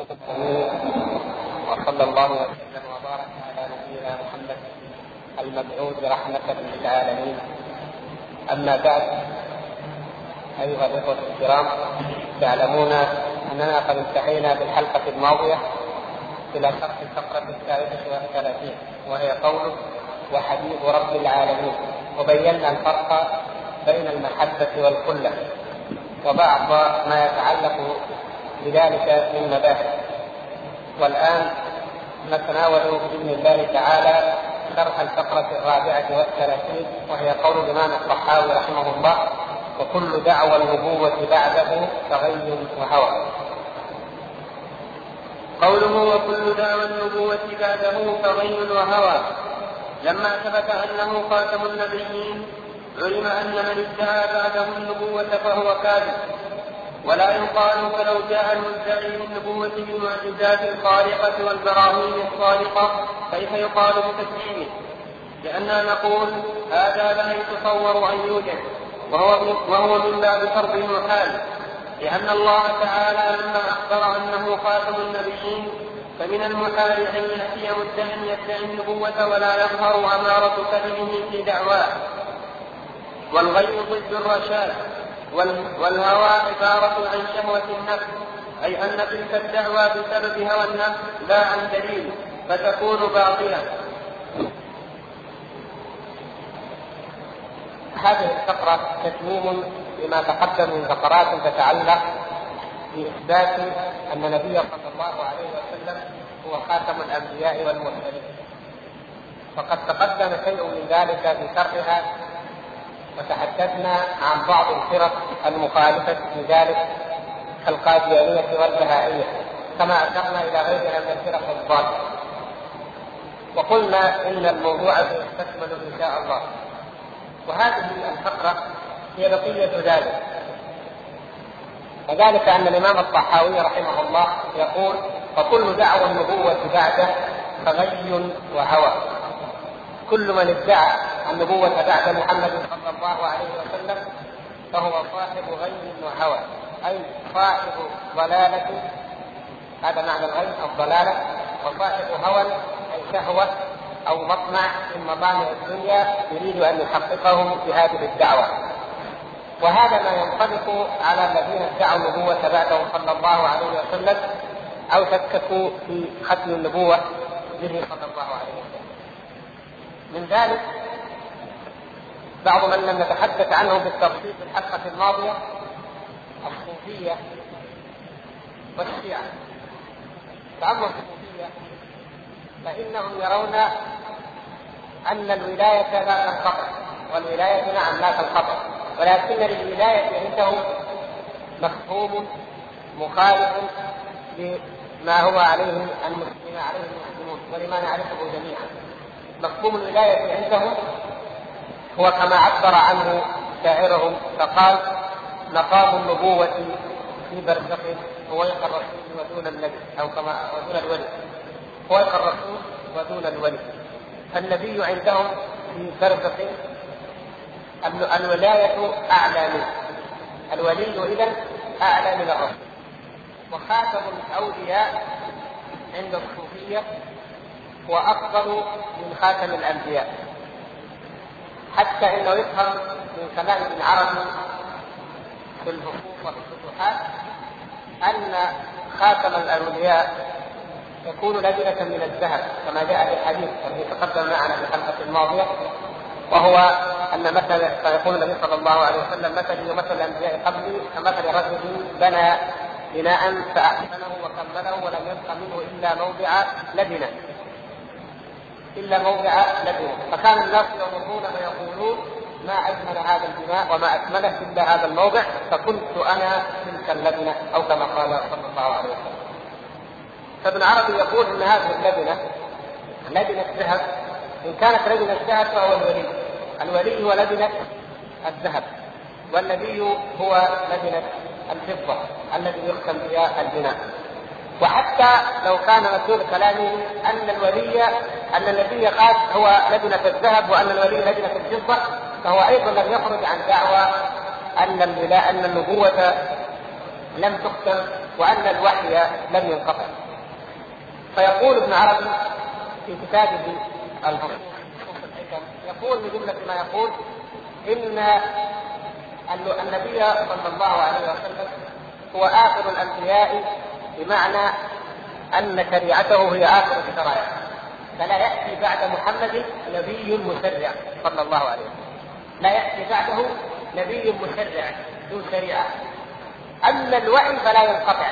وصلى الله وسلم وبارك على نبينا محمد المبعوث رحمة للعالمين. أما بعد، أيها الإخوة الكرام، تعلمون أننا قد انتهينا بالحلقة الماضية إلى شرح الفقرة 33 وهي قوله وحبيب رب العالمين، وبينا الفرق بين المحبة والخلة وبعض ما يتعلق بذلك من مباحث. والآن نتناول بإذن الله تعالى شرح الفقرة 34 وهي قول الإمام الطحاوي رحمه الله: وكل دعوى النبوة بعده فغي وهوى. قوله وكل دعوى النبوة بعده فغي وهوى، لما ثبت أنه خاتم النبيين علم أن من ادعى بعده النبوة فهو كاذب، ولا يقال فلو جاء المدعي للنبوة بالمعجزات الخارقة والبراهين الصادقة كيف يقال بتكذيبه؟ لأننا نقول هذا لا يتصور أن يوجد، وهو من باب فرض المحال، لأن الله تعالى لما أخبر أنه خاتم النبيين فمن المحال أن يأتي مدعي يدعي النبوة ولا يظهر أمارة كذبه في دعواه. والغي ضد الرشاد، والهوى عبارة عن شهوة النفس، أي أن تلك الدعوى بسبب هوى النفس لا عن دليل فتكون باطلة. هذه الفقرة تتميم لما تقدم من فقرات تتعلق بإثبات أن النبي صلى الله عليه وسلم هو خاتم الأنبياء والمرسلين، فقد تقدم شيء من ذلك في شرحها، وتحدثنا عن بعض الفرق المخالفة لذلك كالقاديانية والبهائية، كما أشرنا إلى غيرها من الفرق الضالة، وقلنا إن الموضوع سيستكمل إن شاء الله. وهذه الفقرة هي بقية ذلك، وذلك أن الإمام الطحاوي رحمه الله يقول: فكل دعوى النبوة بعده فغي وهوى. كل من ادعى النبوة بعد محمد صلى الله عليه وسلم فهو صاحب غي وهوى، أي صاحب ضلالة، هذا معنى الغي الضلالة، وصاحب هوى أي شهوة أو مطمع من مطامع الدنيا يريد أن يحققه بهذه الدعوة. وهذا ما ينطبق على الذين ادعوا النبوة بعده صلى الله عليه وسلم أو شككوا في ختم النبوة به صلى الله عليه وسلم. من ذلك بعض من لم نتحدث عنه بالتفصيل في الحلقة الماضية: الصوفية والشيعة. فأما الصوفية فإنهم يرون أن الولاية لا تنقطع، والولاية نعم لا تنقطع، ولكن للولاية عندهم مفهوم مخالف لما هو عليه المسلمون ولما نعرفه جميعا. مفهوم الولاية عندهم هو كما عبر عنه شاعرهم فقال: مقام النبوة في برزخ فوق الرسول ودون النبي، أو كما ودون الولي، فوق الرسول ودون الولي. فالنبي عندهم في برزخ، الولاية أعلى منه، الولي إذن أعلى من الرسول. وخاتم الأولياء عند الصوفية هو أفضل من خاتم الأنبياء، حتى إنه يفهم من كلام ابن عربي في الهفوف وفي الفتوحات أن خاتم الأولياء يكون لبنة من الذهب، كما جاء في الحديث الذي تقدم معنا في الحلقة الماضية، وهو أن مثل فيقول النبي صلى الله عليه وسلم: مثلي ومثل الأنبياء قبلي كمثل رجل بنى بناء فأحسنه وكمله ولم يبق منه إلا موضع لبنة، فكان الناس يمرون فيقولون: ما أجمل هذا البناء وما أكمله إلا هذا الموضع، فكنت أنا تلك اللبنة، أو كما قال صلى الله عليه وسلم. فابن عربي يقول إن هذه اللبنة لبنة ذهب، إن كانت لبنة الذهب فهو الولي هو لبنة الذهب، والنبي هو لبنة الفضة الذي يختم بها البناء. وحتى لو كان مدلول كلامه أن النبي خاص هو لبنة الذهب وأن الولي لبنة الفضة، فهو أيضا لم يخرج عن دعوى أن النبوة لم تختم وأن الوحي لم ينقطع. فيقول ابن عربي في كتابه الفصول يقول من جملة ما يقول إن النبي صلى الله عليه وسلم هو آخر الأنبياء، بمعنى أن شريعته هي آخر الشرائع، فلا يأتي بعد محمد نبي مشرع صلى الله عليه وسلم، لا يأتي بعده نبي مشرع ذو شريعة. أما الوحي فلا ينقطع.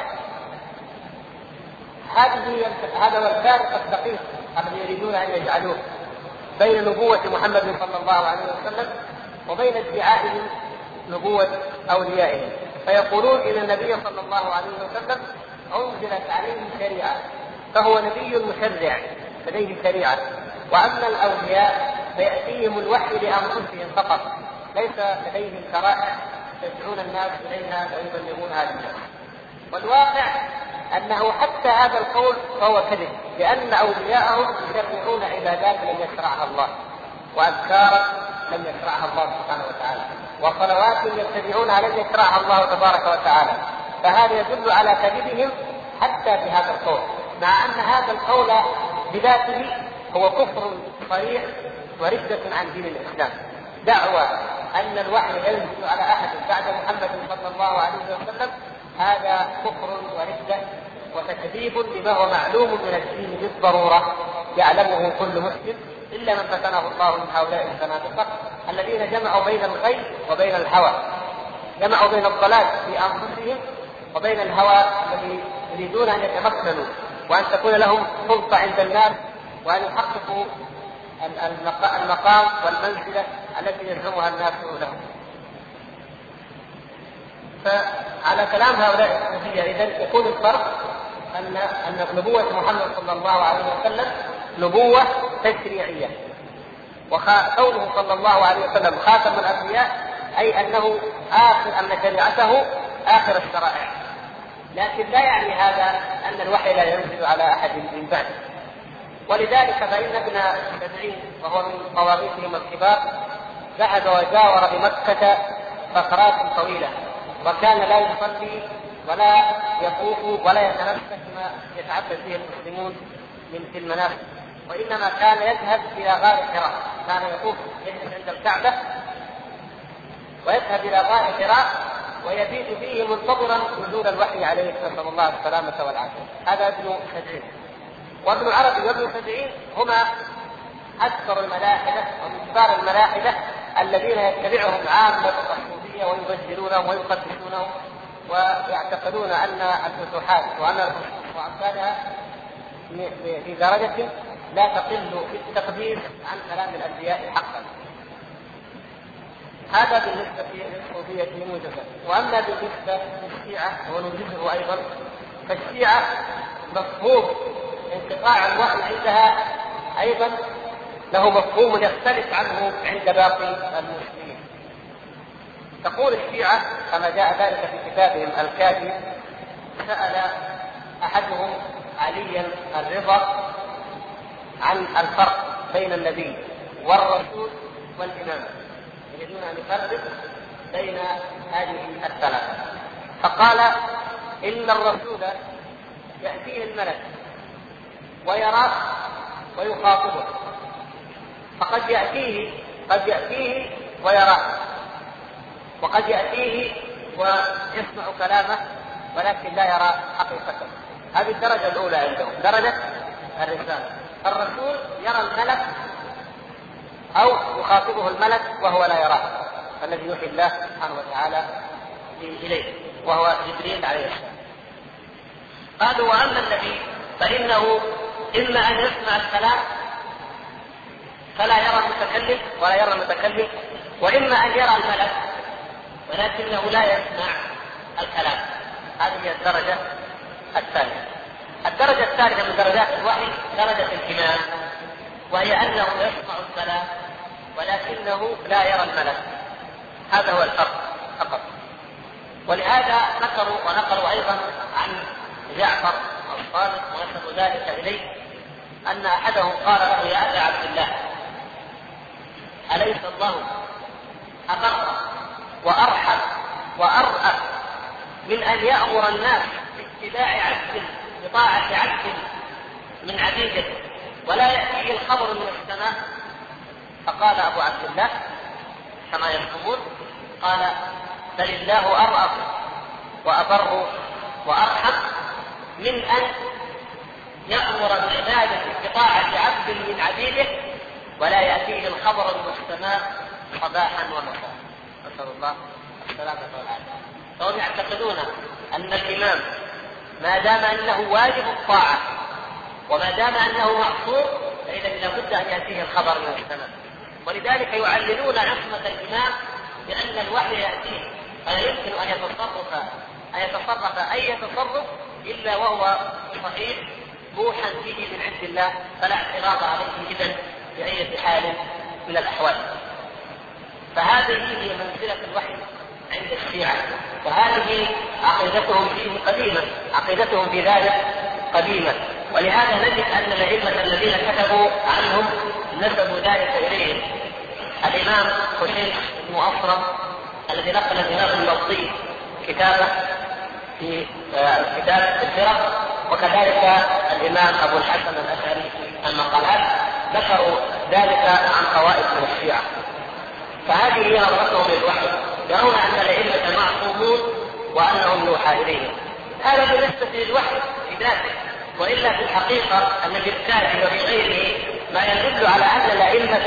هذا هو الفارق الدقيق الذي يريدون أن يجعلوه بين نبوة محمد صلى الله عليه وسلم وبين ادعائهم نبوة أوليائهم. فيقولون إن النبي صلى الله عليه وسلم أنزلت عليه شريعة فهو نبي مشرع لديه شريعة، وأما الأولياء فيأتيهم الوحي لأنفسهم فقط، ليس لديهم شرائع يدعون الناس إليها ويبلغونها للناس. والواقع أنه حتى هذا القول فهو كذب، لأن أولياءهم يشرعون عبادات لم يشرعها الله، وأذكارا لم يشرعها الله سبحانه وتعالى، وصلوات يتبعونها لم يشرعها الله تبارك وتعالى. فهذا يدل على كذبهم حتى في هذا القول، مع أن هذا القول بذاته هو كفر صريح وردة عن دين الإسلام. دعوى أن الوحي ينزل على أحد بعد محمد صلى الله عليه وسلم هذا كفر وردة وتكذيب لما هو معلوم من الدين بالضرورة يعلمه كل مسلم، إلا من فتنه الله من هؤلاء الزنادقة الذين جمعوا بين الغي وبين الهوى، جمعوا بين الضلال في أنفسهم وبين الهوى الذي يريدون أن يتمكنوا وأن تكون لهم سلطة عند الناس وأن يحققوا المقام والمنزلة التي يزعمها الناس لهم. فعلى كلام هؤلاء الصوفية إذن يكون الفرق أن نبوة محمد صلى الله عليه وسلم نبوة تشريعية، وقوله صلى الله عليه وسلم خاتم الأنبياء أي أنه أن شريعته آخر الشرائع، لكن لا يعني هذا أن الوحي لا ينزل على أحد من بعده. ولذلك فإن ابن سبعين وهو من طواغيتهم الكبار ذهب وجاور بمكة فترات طويلة، وكان لا يصلي ولا يطوف ولا يتنفس كما يتعبد به المسلمون في المناسك، وإنما كان يذهب إلى غار حراء، كان يطوف عند الكعبة ويذهب إلى غار حراء ويبيت فيه منتظرا نزول الوحي عليه نسأل الله السلامة والعافية. هذا ابن سبعين. وابن عربي وابن سبعين هما أكثر الملاحدة ومن كبار الملاحدة الذين يتبعهم عامة الصوفية ويبذلونهم ويقدسونهم ويعتقدون أن الفتوحات وأن الفتوح وأمثالها في درجة لا تقل في التقديس عن كلام الأنبياء حقا. هذا بالنسبة للصوفية موجبة. وأما بالنسبة للشيعة ونوجده أيضا، فالشيعة مفهوم انقطاع الوحي عندها أيضا له مفهوم يختلف عنه عند باقي المسلمين. تقول الشيعة كما جاء ذلك في كتابهم الكافي: سأل أحدهم عليا الرضا عن الفرق بين النبي والرسول والإمام، يريدون أن يفرق بين هذه الثلاثة، فقال: إن الرسول يأتيه الملك ويراه ويخاطبه، فقد يأتيه ويراه، وقد يأتيه ويسمع كلامه ولكن لا يرى حقيقته. هذه الدرجة الأولى عندهم، درجة الرسالة. الرسول يرى الملك أو يخاطبه الملك وهو لا يراه، الذي يوحي الله سبحانه وتعالى إليه وهو جبريل عليه السلام. قالوا: وأما النبي فإنه إما أن يسمع الكلام فلا يرى المتكلم ولا يرى المتكلم، وإما أن يرى الملك ولكنه لا يسمع الكلام. هذه هي الدرجة الثانية. الدرجة الثالثة من درجات الوحي درجة الإمام، وهي أنه يسمع الكلام ولكنه لا يرى الملك. هذا هو الفرق فقط. ولهذا ذكروا ونقلوا أيضا عن جعفر الصادق ونسبوا ذلك إليه أن أحدهم قال له: يا أبا عبد الله، أليس الله أبر وأرحم وأرأف من أن يأمر الناس باتباع عبد بطاعة عبد من عبيده ولا يأتيه الخبر من السماء؟ فقال أبو عبد الله كما يقولون، قال بل الله أرأف وأبر وأرحم من أن يأمر بالعبادة بطاعة عبد من عبيده ولا يأتيه الخبر من السماء صباحا ومساء. نسأل الله السلامة والعافية. فهم يعتقدون أن الإمام ما دام أنه واجب الطاعة وما دام أنه معصوم فإذا لابد أن يأتيه الخبر من السماء، ولذلك يعللون عصمة الإمام بأن الوحي يأتيه فلا يمكن أن يتصرف أي تصرف إلا وهو صحيح موحى به من عند الله، فلا اعتراض عليه إذن بأي حال من الأحوال. فهذه هي منزلة الوحي عند الشيعة، وهذه عقيدتهم فيه قديمة، عقيدتهم في ذلك قديمة. ولهذا نجد أن الأئمة الذين كتبوا عنهم نسبوا ذلك إليهم. الإمام حسين بن أصرم الذي نقل الإمام المصري كتابه في كتاب الفرق، وكذلك الإمام أبو الحسن الأشعري المقالات ذكروا ذلك عن طوائف من الشيعة. فهذه هي نظرتهم للوحي، يرون أن الأئمة معصومون وأنهم يوحى إليهم. هذا بالنسبة للوحي في ذاته، وإلا في الحقيقة أن في الكافي وفي غيره ما يدل على أن الأئمة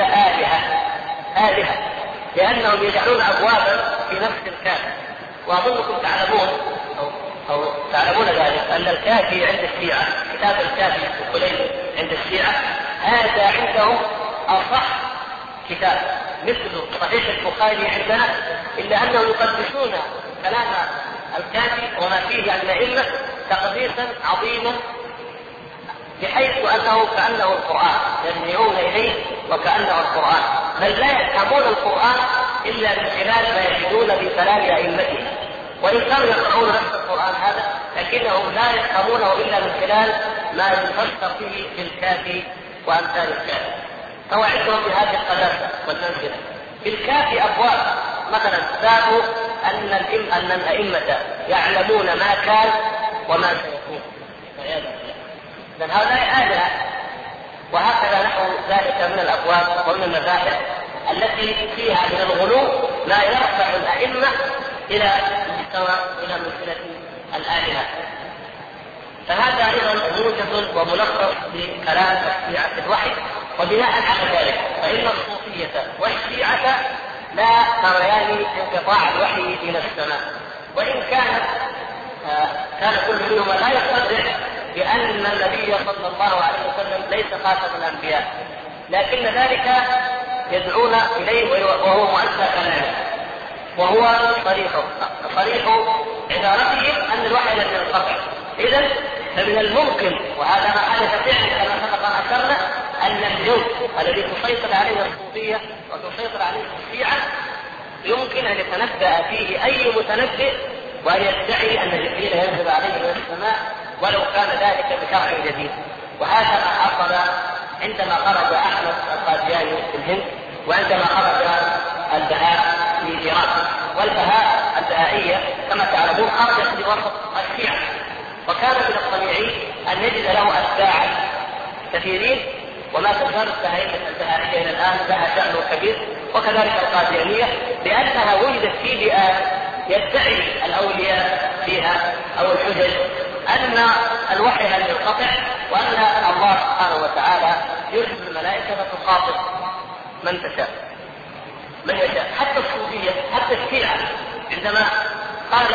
آلهة، لأنهم يجعلون أبوابا في نفس الكافي. وأظنكم تعلمون أو تعلمون ذلك أن الكافي عند الشيعة، كتاب الكافي الكليني عند الشيعة، هذا عندهم أصح كتاب مثل صحيح البخاري عندنا، إلا أنهم يقدسون كلام الكافي وما فيه عن الأئمة تقديسا عظيما، بحيث أنه كأنه القرآن، يرجعون إليه وكأنه القرآن، بل لا يفهمون القرآن إلا من خلال ما يجدون في كلام أئمتهم. وإن كانوا يقرؤون نفس القرآن هذا لكنهم لا يفهمونه إلا من خلال ما يفسر فيه في الكافي وأمثال الكافي. فوعدهم بهذه القداسة والمنزلة. في الكافي أبواب، مثلا باب أن الأئمة يعلمون ما كان وما سيكون، إذن هؤلاء آلهة. وهكذا نحو ذلك من الأبواب ومن المباحث التي فيها من الغلو ما يرفع الأئمة إلى مستوى إلى منزلة الآلهة. فهذا أيضا موجز وملخص لكلام الشيعة في الوحي. وبناء على ذلك فإن الصوفية والشيعة لا تريان انقطاع الوحي إلى السماء، وإن كان كل منهما لا يصدق بأن النبي صلى الله عليه وسلم ليس خاتم الأنبياء، لكن ذلك يدعون إليه وهو مؤسس كلامه، وهو صريح عبارتهم أن الوحي لم ينقطع. إذن فمن الممكن، وهذا ما حدث فعلا كما سبق أن أشرنا، أن الجو الذي تسيطر عليه الصوفية وتسيطر عليه الشيعة يمكن أن يتنبأ فيه أي متنبئ وأن يدعي أن جبريل ينزل عليه من السماء ولو كان ذلك بشرع جديد. وهذا ما حصل عندما خرج أحمد القادياني في الهند، وعندما خرج البهاء في إيران. والبهاء البهائية كما تعلمون خرجت في وسط الشيعة، وكان من الطبيعي أن يجد له أتباعا كثيرين، وما تزال البهائية إلى الآن لها شأن كبير، وكذلك القاديانية، لأنها وجدت في بيئات يدعي الأولياء فيها أو الحجج أن الوحي لم ينقطع، وأن الله سبحانه وتعالى يرسل الملائكة فتخاطب من تشاء من يشاء. حتى الصوفية حتى الشيعة عندما قال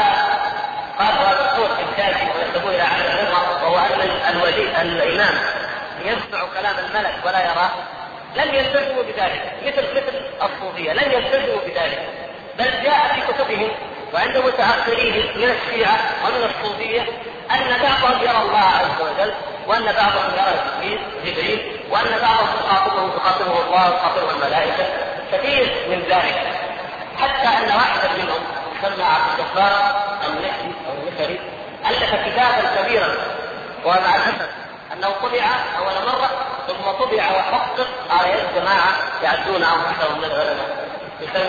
هذا الصوت الكافي ويسبوه إلى عالم الرضا، وهو أن الإمام يسمع كلام الملك ولا يراه، لم يلتزموا بذلك مثل الصوفية، لم يلتزموا بذلك، بل جاء في كتبهم وعند متأخرين من الشيعة ومن الصوفية أن بعضهم يرى الله عز وجل، وأن بعضهم يرى جبريل، وأن بعضهم تخاطبه الله وتخاطبه الملائكة، كثير من ذلك. حتى أن واحدا منهم يسمى عبد الجبار النكري ألف كتابا كبيرا، ومع الأسف أنه طبع أول مرة ثم طبع وحقق على يد جماعة يعدون أنفسهم من العلماء،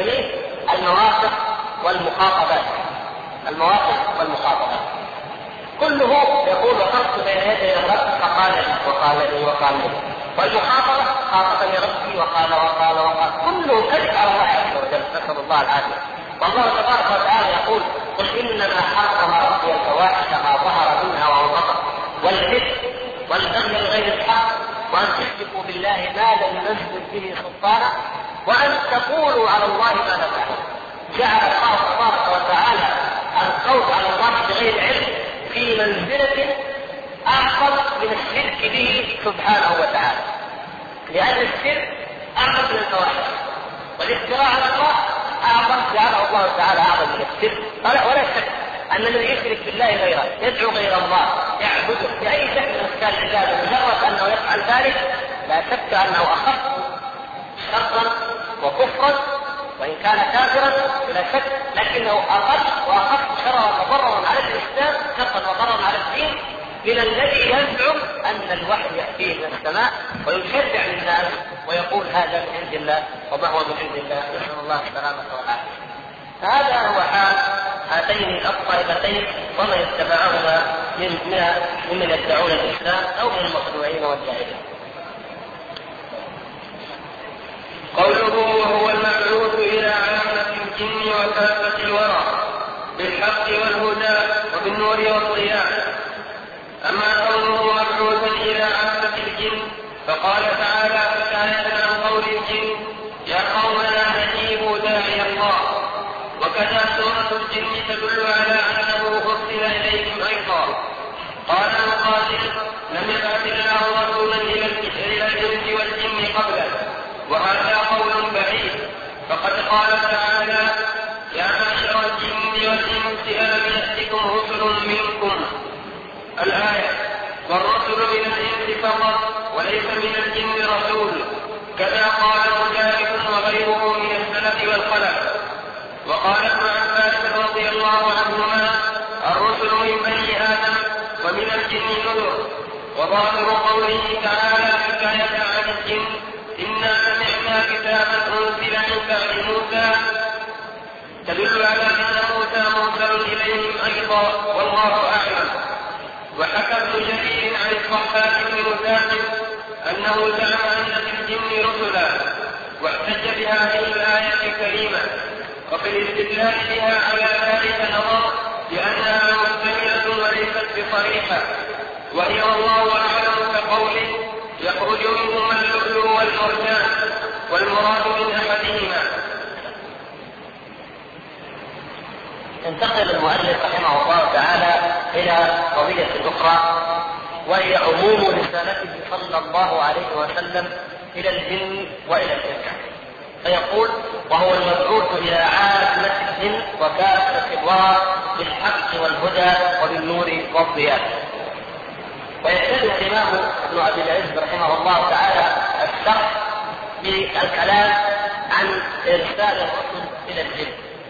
يسميه المواقف والمخاطبات. كله يقول وقفت بين يدي الرب فقال لي وقال لي وقال لي. والمخاطبة خاطبني ربي وقال وقال وقال، كله كذب على الله عز وجل، نسأل الله العافية. والله تبارك وتعالى يقول قل إنما حرم ربي الفواحش ما ظهر منها وما بطن والإثم والبغي بغير الحق وأن تشركوا بالله ما لم ينزل به سلطانا وأن تقولوا على الله ما لا تعلمون. جعل الله تبارك وتعالى القول على الله بغير علم في منزلة أعظم من الشرك به سبحانه وتعالى، لأن الشرك أعظم من الفواحش والافتراء على الله أعظم، جعله الله تعالى أعظم من الشرك. ولا شك أن من يشرك بالله غيره يدعو غير الله يعبده بأي شكل من أشكال العبادة مجرد أنه يفعل ذلك لا شك أنه أخف شرا وكفرا، وإن كان كافرا بلا شك لكنه أقل وأخف شرا وضررا على الإسلام شرا وضررا على الدين من الذي يزعم أن الوحي يأتيه من السماء ويشجع الناس ويقول هذا من عند الله وما هو من عند الله، نسأل الله السلامة والعافية. هذا هو حال هاتين الطائفتين ومن اتبعهما ممن يدعون الإسلام أو من المخدوعين والجاهلين. قوله وهو المبعوث إلى عامة الجن وكافة الورى بالحق والهدى وبالنور والضياء. أما قوله مبعوث إلى عامة الجن فقال تعالى حكاية عن قول الجن يا قومنا أجيبوا داعي الله، وكذا سورة الجن تدل على أنه أرسل إليهم أيضا. قال المقاتل لم يبعث الله رسولا إلى الإنس والجن قبله، وهذا قول بعيد، فقد قال تعالى يا معشر الجن والإنس ألم يأتكم رسل منكم الآية، والرسل من الإنس فقط وليس من الجن رسول، كذا قال مجاهد وغيره من السلف والخلف. وقال ابن عباس رضي الله عنهما الرسل من بني آدم ومن الجن نذر. وظاهر قوله تعالى حكاية عن الجن إنا سمعنا كتابا أنزل من بعد موسى تدل على أن موسى مرسل إليهم أيضا والله أعلم. وحكى ابن جرير عن الصحابي بن مسافر أنه زعم أن في الجن رسلا، واحتج بهذه الآية الكريمة، وفي الاستدلال بها على ذلك نظر لأنها محتملة وليست بصريحة، وهي والله أعلم كقوله يخرج منهما اللؤلؤ والمرجان، والمراد من أحدهما. ينتقل المؤلف رحمه الله تعالى إلى قضية أخرى، وهي عموم رسالته صلى الله عليه وسلم إلى الجن وإلى الإنس. فيقول وهو المبعوث إلى عامة الجن وكافة الورى بالحق والهدى وبالنور والضياء. ويبتدئ الإمام ابن أبي العز رحمه الله تعالى الشرح بالكلام عن إرسال الرسل إلى الجن.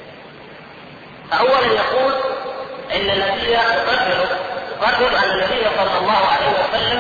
فأولا يقول إن النبي يقرر أن النبي صلى الله عليه وسلم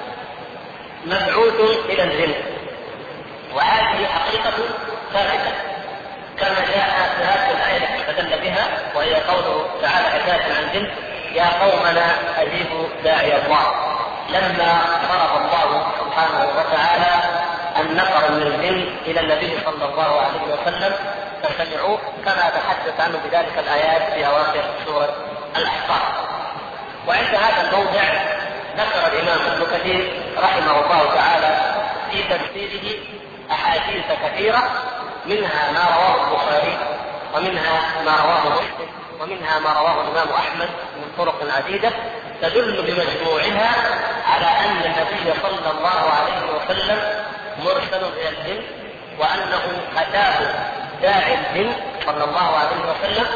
مبعوث إلى الجن، وهذه حقيقة ثابتة كما جاء في هذه الآية التي استدل بها، وهي قوله تعالى حكاية عن الجن يا قومنا أجيبوا داعي الله، لما فرض الله سبحانه وتعالى النفر من الجن إلى النبي صلى الله عليه وسلم فسمعوه كما تحدث عنه بذلك الآيات في أواخر سورة الأحقاف. وعند هذا الموضع ذكر الإمام ابن كثير رحمه الله تعالى في تفسيره أحاديث كثيرة، منها ما رواه البخاري ومنها ما رواه مسلم ومنها ما رواه الإمام أحمد من طرق عديدة تدل بمجموعها على أن النبي صلى الله عليه وسلم مرسل إلى الجن، وأنه أتاه داعي الجن صلى الله عليه وسلم،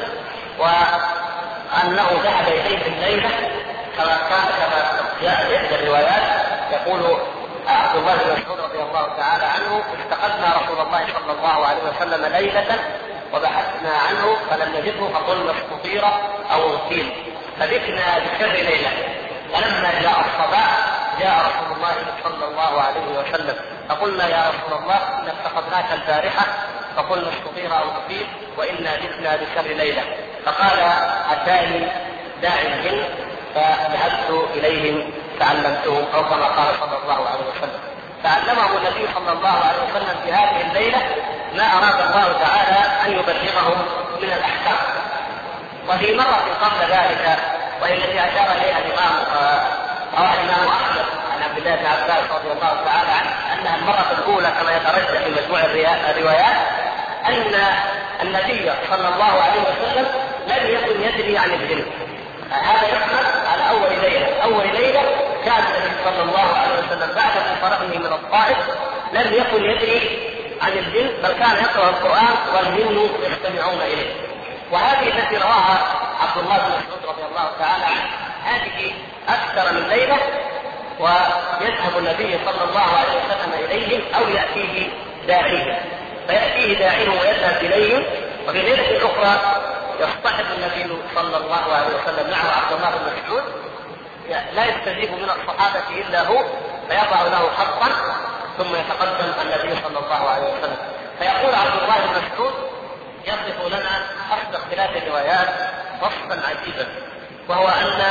وأنه ذهب إليه الليلة كما جاء في إحدى الروايات. يقول عبد الله بن مسعود رضي الله تعالى عنه استقبلنا رسول الله صلى الله عليه وسلم ليلة وبحثنا عنه فلم نجده فقلنا استطير أو اغتيل فبكنا بشر ليلة، فلما جاء الصباح جاء رسول الله صلى الله عليه وسلم فقلنا يا رسول الله إن افتقدناك البارحة فقلنا استطير أو اغتيل وإنا بكنا بشر ليلة، فقال أتاني داعي الجن فذهبت إليهم فعلمتهم، أو كما قال صلى الله عليه وسلم. فعلمهم النبي صلى الله عليه وسلم في هذه الليلة ما أراد الله تعالى أن يبلغهم من الأحكام. وفي مرة قبل ذلك، وهي التي أشار إليها الإمام أحمد عن عبد الله بن عباس رضي الله تعالى عنه، أنها المرة الأولى كما يترجح في مجموع الروايات أن النبي صلى الله عليه وسلم لم يكن يدري عن الجن. هذا يحمل على أول ليلة كان النبي صلى الله عليه وسلم بعد فرغه من الطائف لم يكن يدري عن الجن، بل كان يقرأ القرآن والجن يستمعون إليه. وهذه التي رواها عبد الله بن مسعود رضي الله تعالى عنه، هذه أكثر من ليلة، ويذهب النبي صلى الله عليه وسلم إليهم أو يأتيه داعيه، فيأتيه داعيه ويذهب إليهم. وفي ليلة أخرى يصطحب النبي صلى الله عليه وسلم معه عبد الله بن مسعود، لا يستجيب من الصحابة إلا هو، فيضع له خطا ثم يتقدم النبي صلى الله عليه وسلم. فيقول عبد الله بن مسعود يصف لنا أحد اختلاف الروايات وصفا عجيبا، وهو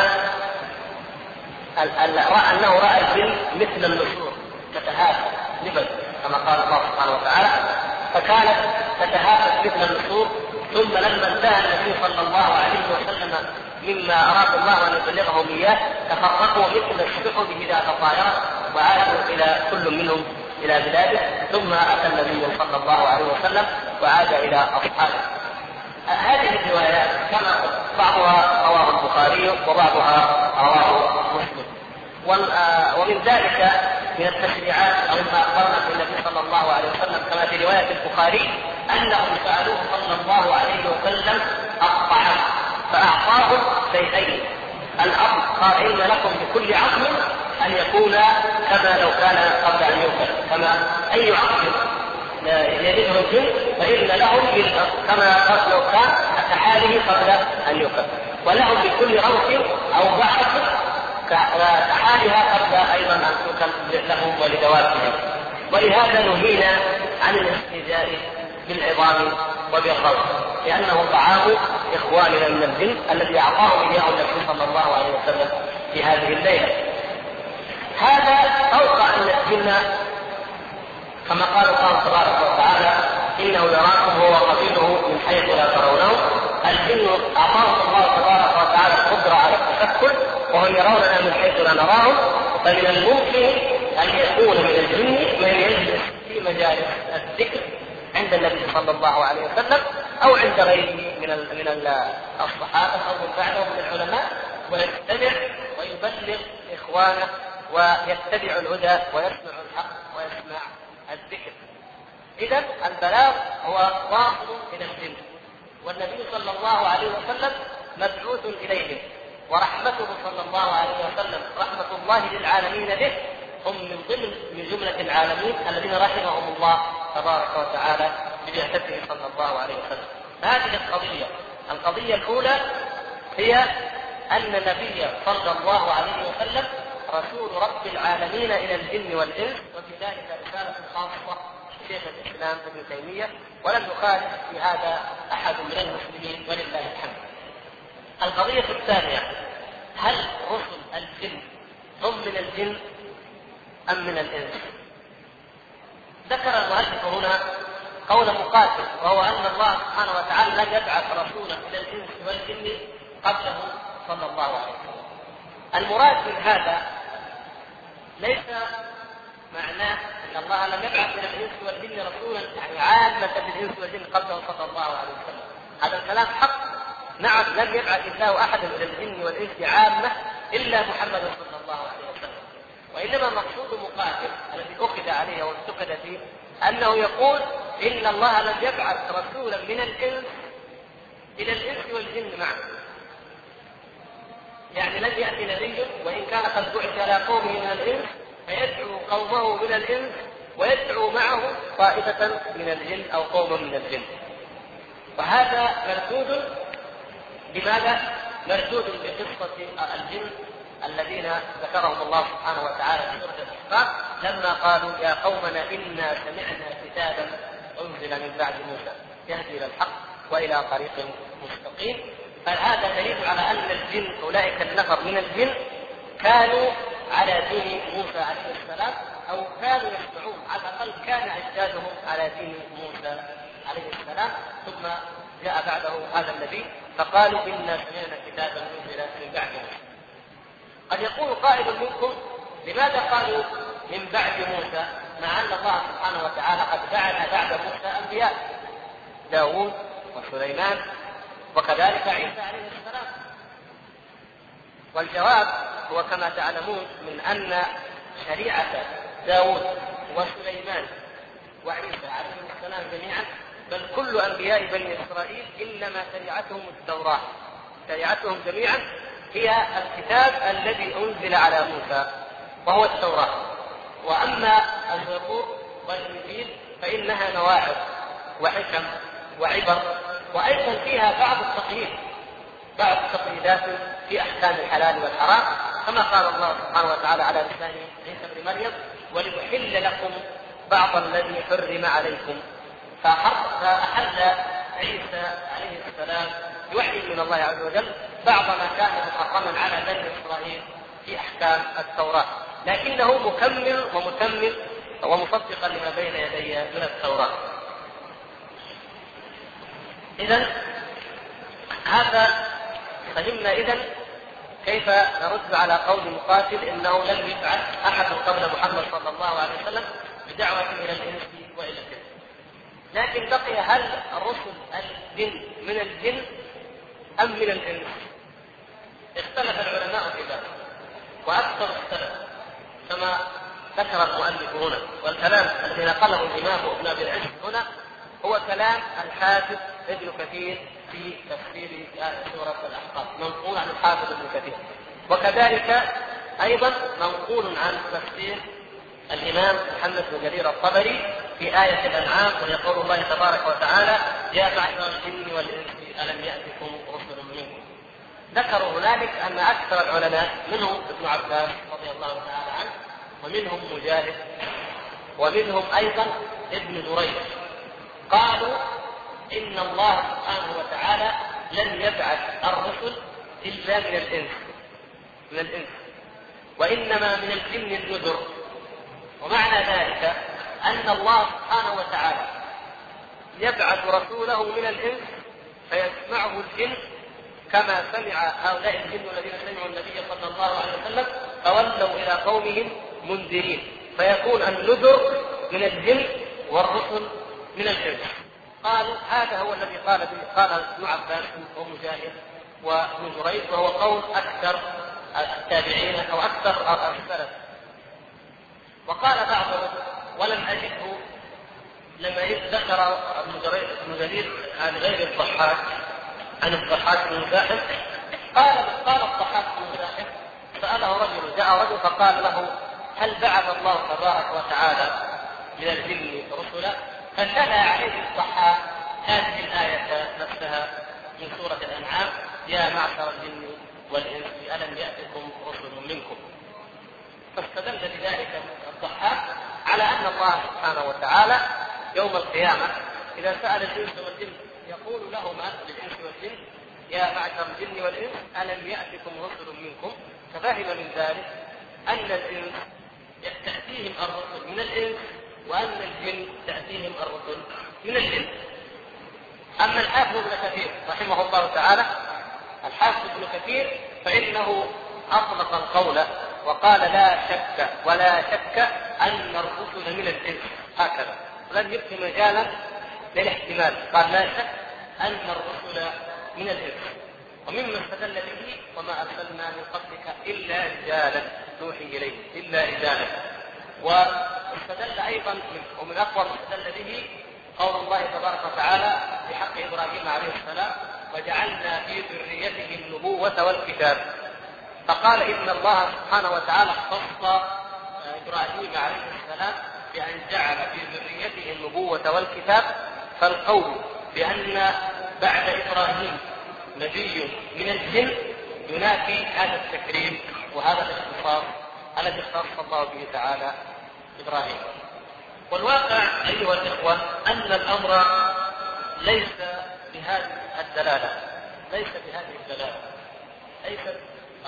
أنه رأى الجن مثل النسور تتهافت نبل كما قال الله سبحانه وتعالى، فكانت تتهافت مثل النسور. ثم لما انتهى النبي صلى الله عليه وسلم مما أراد الله أن يبلغهم إياه تفرقوا مثل السحب ذات طائرة وعادوا إلى كل منهم إلى بلاده. ثم أتى النبي صلى الله عليه وسلم وعاد إلى أصحابه. هذه الروايات كما بعضها رواه البخاري وبعضها رواه مسلم. ومن ذلك من التشريعات أو ما أخبرنا في النبي صلى الله عليه وسلم كما في رواية البخاري أنهم سألوه صلى الله عليه وسلم الطعام فأعطاهم شيئين. الأمر قال إن لكم بكل عظم أن يكون كما لو كان قبل أن يؤكل، كما أي عظم يجده الجن فإن لهم كما لو كان كحاله قبل أن يؤكل، ولهم بكل روح أو بعث كحالها قبل أيضا أن تؤكل لهم ولدوابهم. ولهذا نهينا عن الاستهزاء بالعظام وبالروح، لأنه طعام إخواننا من الجن الذي أعطاهم إياه النبي صلى الله عليه وسلم في هذه الليلة. هذا فوق أن الجن كما قال الله تبارك وتعالى إنه يراكم هو وقبيله من حيث لا ترونه. الجن أعطاهم الله تبارك وتعالى القدرة على التشكل وهم يروننا من حيث لا نراهم، فمن الممكن أن يكون من الجن من يجلس في مجالس الذكر عند النبي صلى الله عليه وسلم أو عند غيره من الصحابة أو من بعدهم من العلماء، ويستمع ويبلغ إخوانه ويتبع الهدى ويسمع الحق ويسمع الذكر. إذن البلاغ هو واصل إلى الجن، والنبي صلى الله عليه وسلم مبعوث إليهم، ورحمته صلى الله عليه وسلم رحمة الله للعالمين به هم من جملة العالمين الذين رحمهم الله تبارك وتعالى ببعثته صلى الله عليه وسلم. هذه القضية الأولى هي أن النبي صلى الله عليه وسلم رسول رب العالمين إلى الجن والإنس، وفي ذلك رسالة خاصة شيخ الإسلام ابن تيمية، ولم يخالف في هذا أحد من المسلمين ولله الحمد. القضية الثانية: هل رسل الجن هم من الجن أم من الإنس؟ ذكر المؤلف هنا قول مقاتل، وهو أن الله سبحانه وتعالى لم يبعث رسولا إلى الإنس والجن قبله صلى الله عليه وسلم. المراد من هذا ليس معناه أن الله لم يبعث إلى الإنس والجن رسولا يعني عامة بالإنس والجن قبله صلى الله عليه وسلم. هذا الكلام حق، نعم، لم يبعث الله أحد إلى الجن والإنس عامة إلا محمد صلى الله عليه وسلم. وإنما مقصود مقاتل الذي أخذ عليه وانتقد فيه أنه يقول إن الله لم يبعث رسولا من الإنس إلى الإنس والجن معا، يعني لم يأتي نبي وإن كان قد بعث على قومه من الإنس فيدعو قومه من الإنس ويدعو معه طائفة من الجن أو قوم من الجن. وهذا مردود بماذا؟ مردود بقصة الجن الذين ذكرهم الله سبحانه وتعالى في سورة الإسراء لما قالوا يا قومنا إنا سمعنا كتابا أنزل من بعد موسى يهدي إلى الحق وإلى طريق مستقيم فهذا دليل على أن الجن أولئك النفر من الجن كانوا على دين موسى عليه السلام، أو كانوا يسمعون، على الأقل كان أجدادهم على دين موسى عليه السلام، ثم جاء بعده هذا النبي فقالوا إنا سمعنا كتابا أنزل من بعد موسى. قد يقول قائل منكم لماذا قالوا من بعد موسى مع أن الله سبحانه وتعالى قد بعث بعد موسى أنبياء داوود وسليمان وكذلك عيسى عليه السلام؟ والجواب هو كما تعلمون من أن شريعة داوود وسليمان وعيسى عليه السلام جميعا، بل كل أنبياء بني إسرائيل إنما شريعتهم التوراة، شريعتهم جميعا هي الكتاب الذي أنزل على موسى وهو التوراة. وأما الزبور والإنجيل فإنها مواعظ وحكم وعبر، وأيضا فيها بعض التقييدات في أحكام الحلال والحرام، كما قال الله سبحانه وتعالى على لسان عيسى بن مريم ولأحل لكم بعض الذي حرم عليكم. فأحل عيسى عليه السلام بوحي من الله عز وجل بعض ما كان محرما على بني إسرائيل في أحكام التوراة، لكنه مكمل ومتمم ومصدقا لما بين يدي من التوراة. إذن هذا فهمنا إذن كيف نرد على قول مقاتل إنه لم يفعل أحد قبل محمد صلى الله عليه وسلم بدعوة إلى الإنس وإلى الجن. لكن بقي هل الرسل الجن من الجن أم من الإنس؟ اختلف العلماء في ذلك، وأكثر اختلف كما ذكر المؤلف هنا، والكلام الذي نقله الإمام ابن أبي العز هنا هو كلام الحافظ ابن كثير في تفسير سورة الأحقاف، منقول عن الحافظ ابن كثير، وكذلك أيضا منقول عن تفسير الإمام محمد بن جرير الطبري في آية الأنعام، ويقول الله تبارك وتعالى يا معشر الجن والإنس ألم يأتكم رسل منكم. ذكروا هنالك أن أكثر العلماء منهم ابن عباس رضي الله تعالى عنه، ومنهم مجاهد، ومنهم أيضا ابن دريد، قالوا إن الله سبحانه وتعالى لم يبعث الرسل إلا من الإنس، وإنما من الجن النذر. ومعنى ذلك أن الله سبحانه وتعالى يبعث رسوله من الإنس فيسمعه الجن، كما سمع هؤلاء الجن الذين سمعوا النبي صلى الله عليه وسلم فولوا إلى قومهم منذرين، فيكون النذر من الجن والرسل من الإنس. قالوا هذا هو الذي قال ابن عباس ومجاهد وابن جريج، وهو قول أكثر التابعين أو أكثر السلف. وقال بعضهم ولم أجده لما ذكر ابن جرير عن غير الضحاك عن الضحاك بن مزاحم، قال الضحاك بن مزاحم سأله رجل، جاء رجل فقال له هل بعث الله تبارك وتعالى من الجن رسلا؟ فتلا عليه الضحاك هذه الآية نفسها من سورة الأنعام يا معشر الجن والإنس ألم يأتكم رسل منكم. فاستدل بذلك الضحاك على أن الله سبحانه وتعالى يوم القيامة إذا سأل الإنس والجن يقول لهما للإنس والجن يا معشر الجن والإنس ألم يأتكم رسل منكم، ففهم من ذلك أن الإنس تأتيهم الرسل من الإنس، وأن الجن تأتيهم الرسل من الجن. أما الحافظ ابن كثير رحمه الله تعالى، الحافظ ابن كثير فإنه أطلق القول وقال لا شك أن الرسل من الإنس، هكذا لم يبقي مجالا للاحتمال، قال لا شك أن الرسل من الإنس. ومما استدل به وما أرسلنا من قبلك إلا رجالا نوحي إليه إلا رجالا. واستدل أيضا ومن أقوى ما استدل به قول الله تبارك وتعالى في حق إبراهيم عليه السلام وجعلنا في ذريته النبوة والكتاب، فقال إن الله سبحانه وتعالى اختص إبراهيم عليه السلام بأن جعل في ذريته النبوة والكتاب، فالقول بأن بعد إبراهيم نبي من الجن ينافي هذا التكريم وهذا الاختصاص الذي اختص الله به تعالى إبراهيم. والواقع أيها الإخوة أن الأمر ليس بهذه الدلالة، ليس بهذه الدلالة، ليست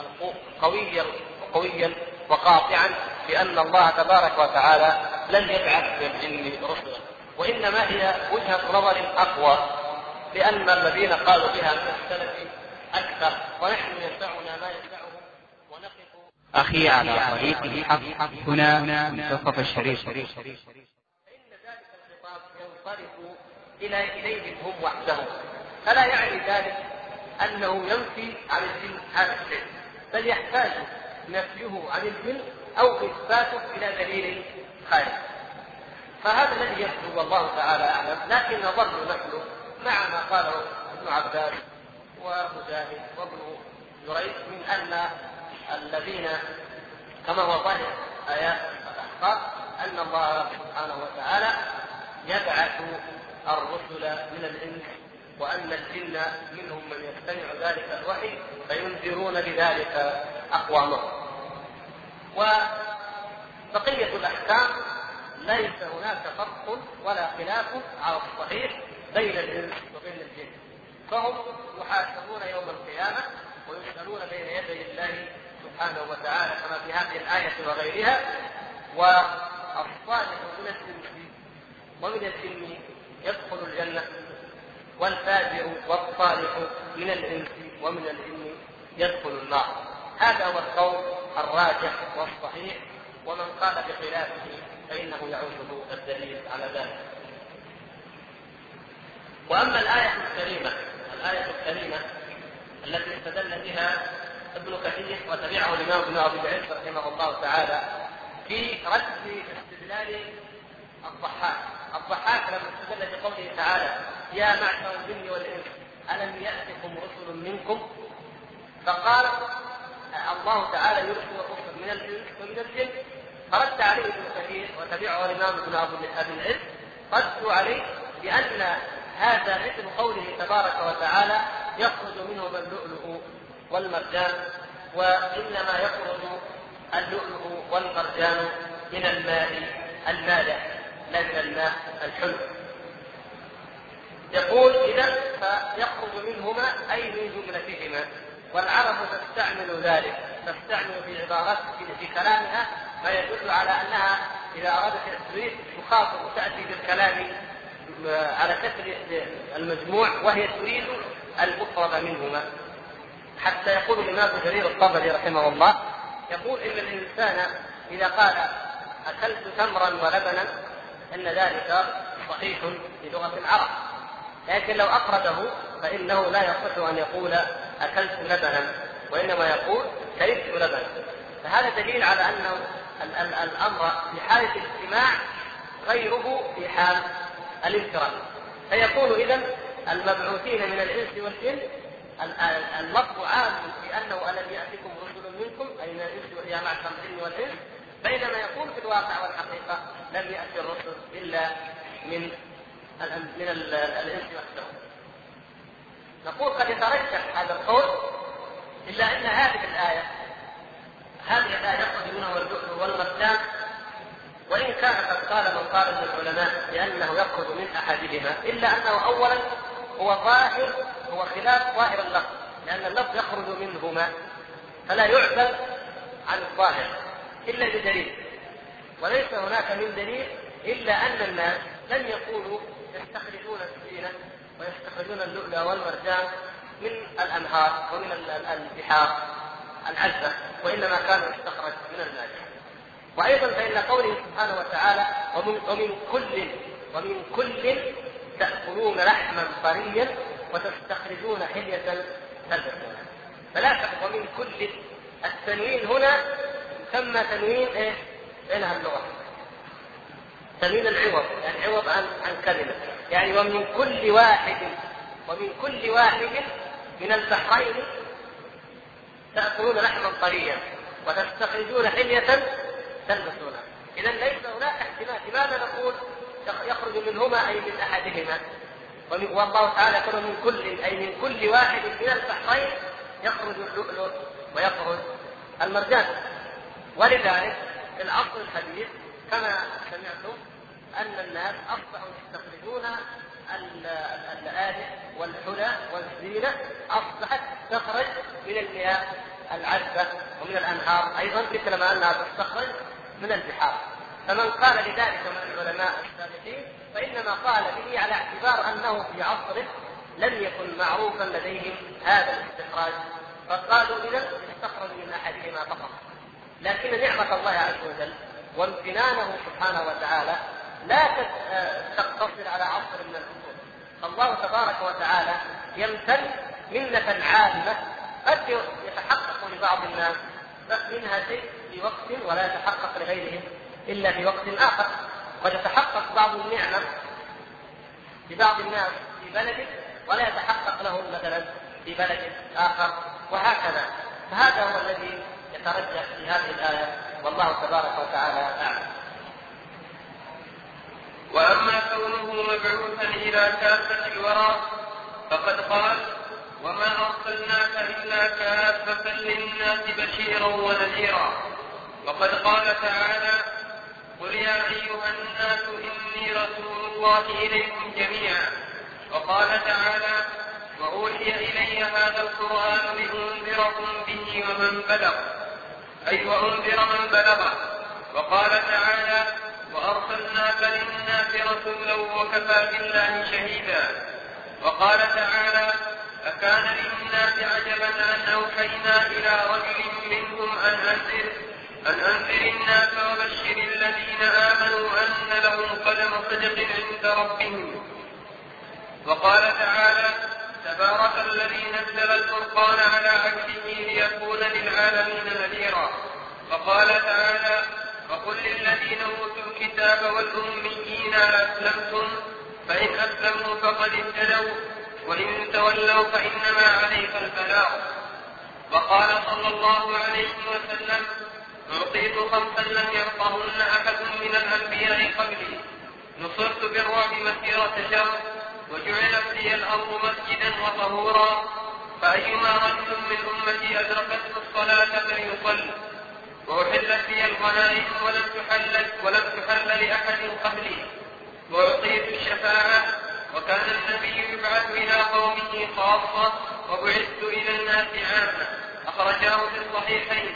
قويا وقاطعا بأن الله تبارك وتعالى لن يبعث من الجن رسلا، وإنما هي وجهة نظر أقوى، لأن الذين قالوا بها من السلف أكثر، ونحن يسعنا ما يسعهم ونقف أخي على طريق الحق هنا منتصف الشريف. فإن ذلك الخطاب ينصرف إليهم هم وحدهم، فلا يعني ذلك أنه ينفي عن الجن هذا الشيء، بل يحتاج نفيه عن الجن أو إثباته إلى دليل خارج. فهذا الذي يحدث والله تعالى أعلم، لكن نظل نحن مع ما قاله ابن عباس ومجاهد وابن جريج من أن الذين كما هو ظاهر آيات الأحقاف أن الله سبحانه وتعالى يبعث الرسل من الإنس، وأن الجن منهم من يستمع ذلك الوحي فينذرون بذلك أقوامهم. وبقية الأحكام ليس هناك فرق ولا خلاف على الصحيح بين الإنس وبين الجن، فهم يحاسبون يوم القيامة ويسألون بين يدي الله سبحانه وتعالى كما في هذه الآية وغيرها. والصالح من الإنس ومن الجن يدخل الجنة، والفاجر والصالح من الإنس ومن الجن يدخل النار. هذا هو القول الراجح والصحيح، ومن قال بخلافه فإنه يعوده الدليل على ذلك. وأما الآية الكريمة التي استدل بها ابن كثير وتبعه الإمام ابن أبي العز رحمه الله تعالى في رد استدلال الضحاك لما استدل بقوله تعالى يا معشر الجن والإنس ألم يأتكم رسل منكم، فقال الله تعالى يرسل الرسل من الإنس ومن الجن، فرد عليه ابن كثير وتبعه الإمام ابن أبي العز ردوا عليه بأن هذا مثل قوله تبارك وتعالى يخرج منهما اللؤلؤ والمرجان، وإنما يخرج اللؤلؤ والمرجان من الماء المالح لا من الماء الحلو. يقول إذا فيخرج منهما أي من جملتهما، والعرب تستعمل ذلك، تستعمل في عبارات في كلامها ما يدل على أنها إذا أرادت تريد تخاطب وتأتي بالكلام على شكل المجموع وهي تريد المفرد منهما. حتى يقول الإمام ابن جرير الطبري رحمه الله يقول إن الإنسان إذا قال أكلت تمرا ولبنا أن ذلك صحيح بلغة العرب، لكن لو أفرده فإنه لا يصح أن يقول أكلت لبنا، وإنما يقول شربت لبنا. فهذا دليل على أن الأمر في حالة الاجتماع غيره في حال الانفراد. فيكون إذن المبعوثين من الإنس والجن اللفظ عام في أنه ألم يأتكم رسل منكم أي من الإنس يا معشر الجن والإنس، بينما يكون في الواقع والحقيقة لم يأتي الرسل إلا من الإنس نفسه. نقول قد يترجح هذا القول، إلا أن هذه الآية يخرج منها اللؤلؤ والمرجان، وإن كان قد قال من قال من العلماء بأنه يخرج من أحدهما، إلا أنه أولا هو خلاف ظاهر اللفظ، لأن اللفظ يخرج منهما فلا يعزل عن الظاهر إلا بدليل، وليس هناك من دليل إلا أن الناس لم يقولوا يستخرجون السفينة ويستخرجون اللؤلؤ والمرجان من الأنهار ومن البحار العذبة، وإنما كان يستخرج من الماء. وأيضا فإن قوله سبحانه وتعالى ومن كل تأكلون لحما طريا وتستخرجون حلية تلبسونها. فلا ومن كل التنوين هنا يسمى تنوين بينها اللغة، تنوين العوض، يعني عوض عن كلمة، يعني ومن كل واحد من البحرين تأكلون لحما طريا وتستخرجون حلية تلبسونها. إذن ليس هناك احتمال. لماذا نقول يخرج منهما أي من أحدهما، والله تعالى يقول من كل أي من كل واحد من البحرين يخرج اللؤلؤ ويخرج المرجان. ولذلك الأصل الحديث كما سمعتم أن الناس أصبحوا يستخرجون الآلة والحلى والزينة، أصبحت تخرج من المياه العذبة ومن الأنهار أيضا مثل ما أنها تستخرج من البحار. فمن قال لذلك من العلماء السابقين فإنما قال به على اعتبار أنه في عصره لم يكن معروفا لديهم هذا الاستخراج، فقالوا إذا يستخرج من أحدهما فقط. لكن نعمة الله عز وجل وامتنانه سبحانه وتعالى لا تقتصر على عصر من العصور. الله تبارك وتعالى يمتن منة عامة قد يتحقق لبعض الناس منها شيء في وقت ولا يتحقق لغيرهم إلا في وقت آخر، قد يتحقق بعض النعمة لبعض الناس في بلد ولا يتحقق لهم مثلا في بلد آخر، وهكذا. فهذا هو الذي يترجح في هذه الآية، والله تبارك وتعالى أعلم. وأما كونه مبعوثا إلى كافة الورى فقد قال: وما أرسلناك إلا كافة للناس بشيرا ونذيرا. وقد قال تعالى: قل يا أيها الناس إني رسول الله إليكم جميعا. وقال تعالى: وأوحي إلي هذا القرآن لأنذركم به ومن بلغ، أي وأنذر من بلغ. وقال تعالى: وأرسلناك للناس رسولا وكفى بالله شهيدا. وقال تعالى: أكان للناس عجبا أن أوحينا إلى رجل منهم أن أنذر الناس وبشر الذين آمنوا أن لهم قدم صدق عند ربهم. وقال تعالى: تبارك الذي نزل الفرقان على عبده ليكون للعالمين نذيرا. وقال تعالى: وقل للذين أوتوا الكتاب والأميين أسلمتم فإن أسلموا فقد اهتدوا وإن تولوا فإنما عليك البلاغ. وقال صلى الله عليه وسلم: أعطيت 5 لم يعطهن أحد من الأنبياء قبلي، نصرت بالرعب مسيرة شهر، وجعلت لي الأرض مسجدا وطهورا، فأيما رجل من أمتي أدركته الصلاة فليصل، وأحلت لي الغنائم ولم تحل لأحد قبلي، وأعطيت الشفاعة، وكان النبي يبعث إلى قومه خاصة وبعثت إلى الناس عامة. أخرجاه في الصحيحين.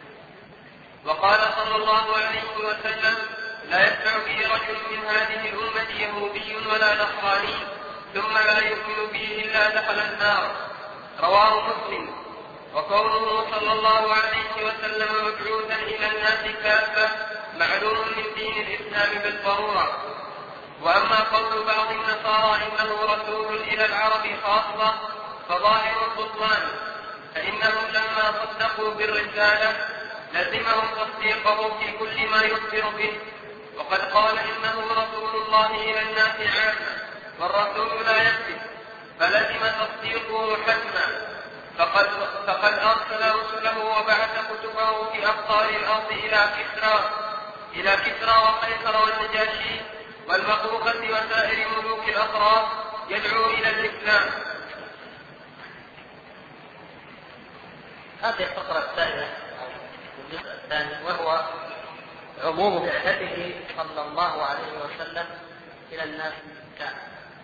وقال صلى الله عليه وسلم: لا يسمع بي رجل من هذه الأمة يهودي ولا نصراني ثم لا يؤمن به إلا دخل النار. رواه مسلم. وقوله صلى الله عليه وسلم مبعوثا إلى الناس كافة معلوم من دين الإسلام بالضرورة. وأما قول بعض النصارى إنه رسول إلى العرب خاصة فظاهر البطلان، فإنهم لما صدقوا بالرسالة لزمهم تصديقه في كل ما يخبر به، وقد قال إنه رسول الله إلى الناس عامة، والرسول لا يكذب، فلزم تصديقه حتما. فقد أرسل رسله وبعث كتبه في أقطار الأرض إلى كسرى وقيصر والنجاشي والمقوقة وسائر ملوك الأطراف يدعو إلى الإسلام. هذه الفقرة الثانية الجزء الثاني، وهو عموم بعثته صلى الله عليه وسلم إلى الناس كافة.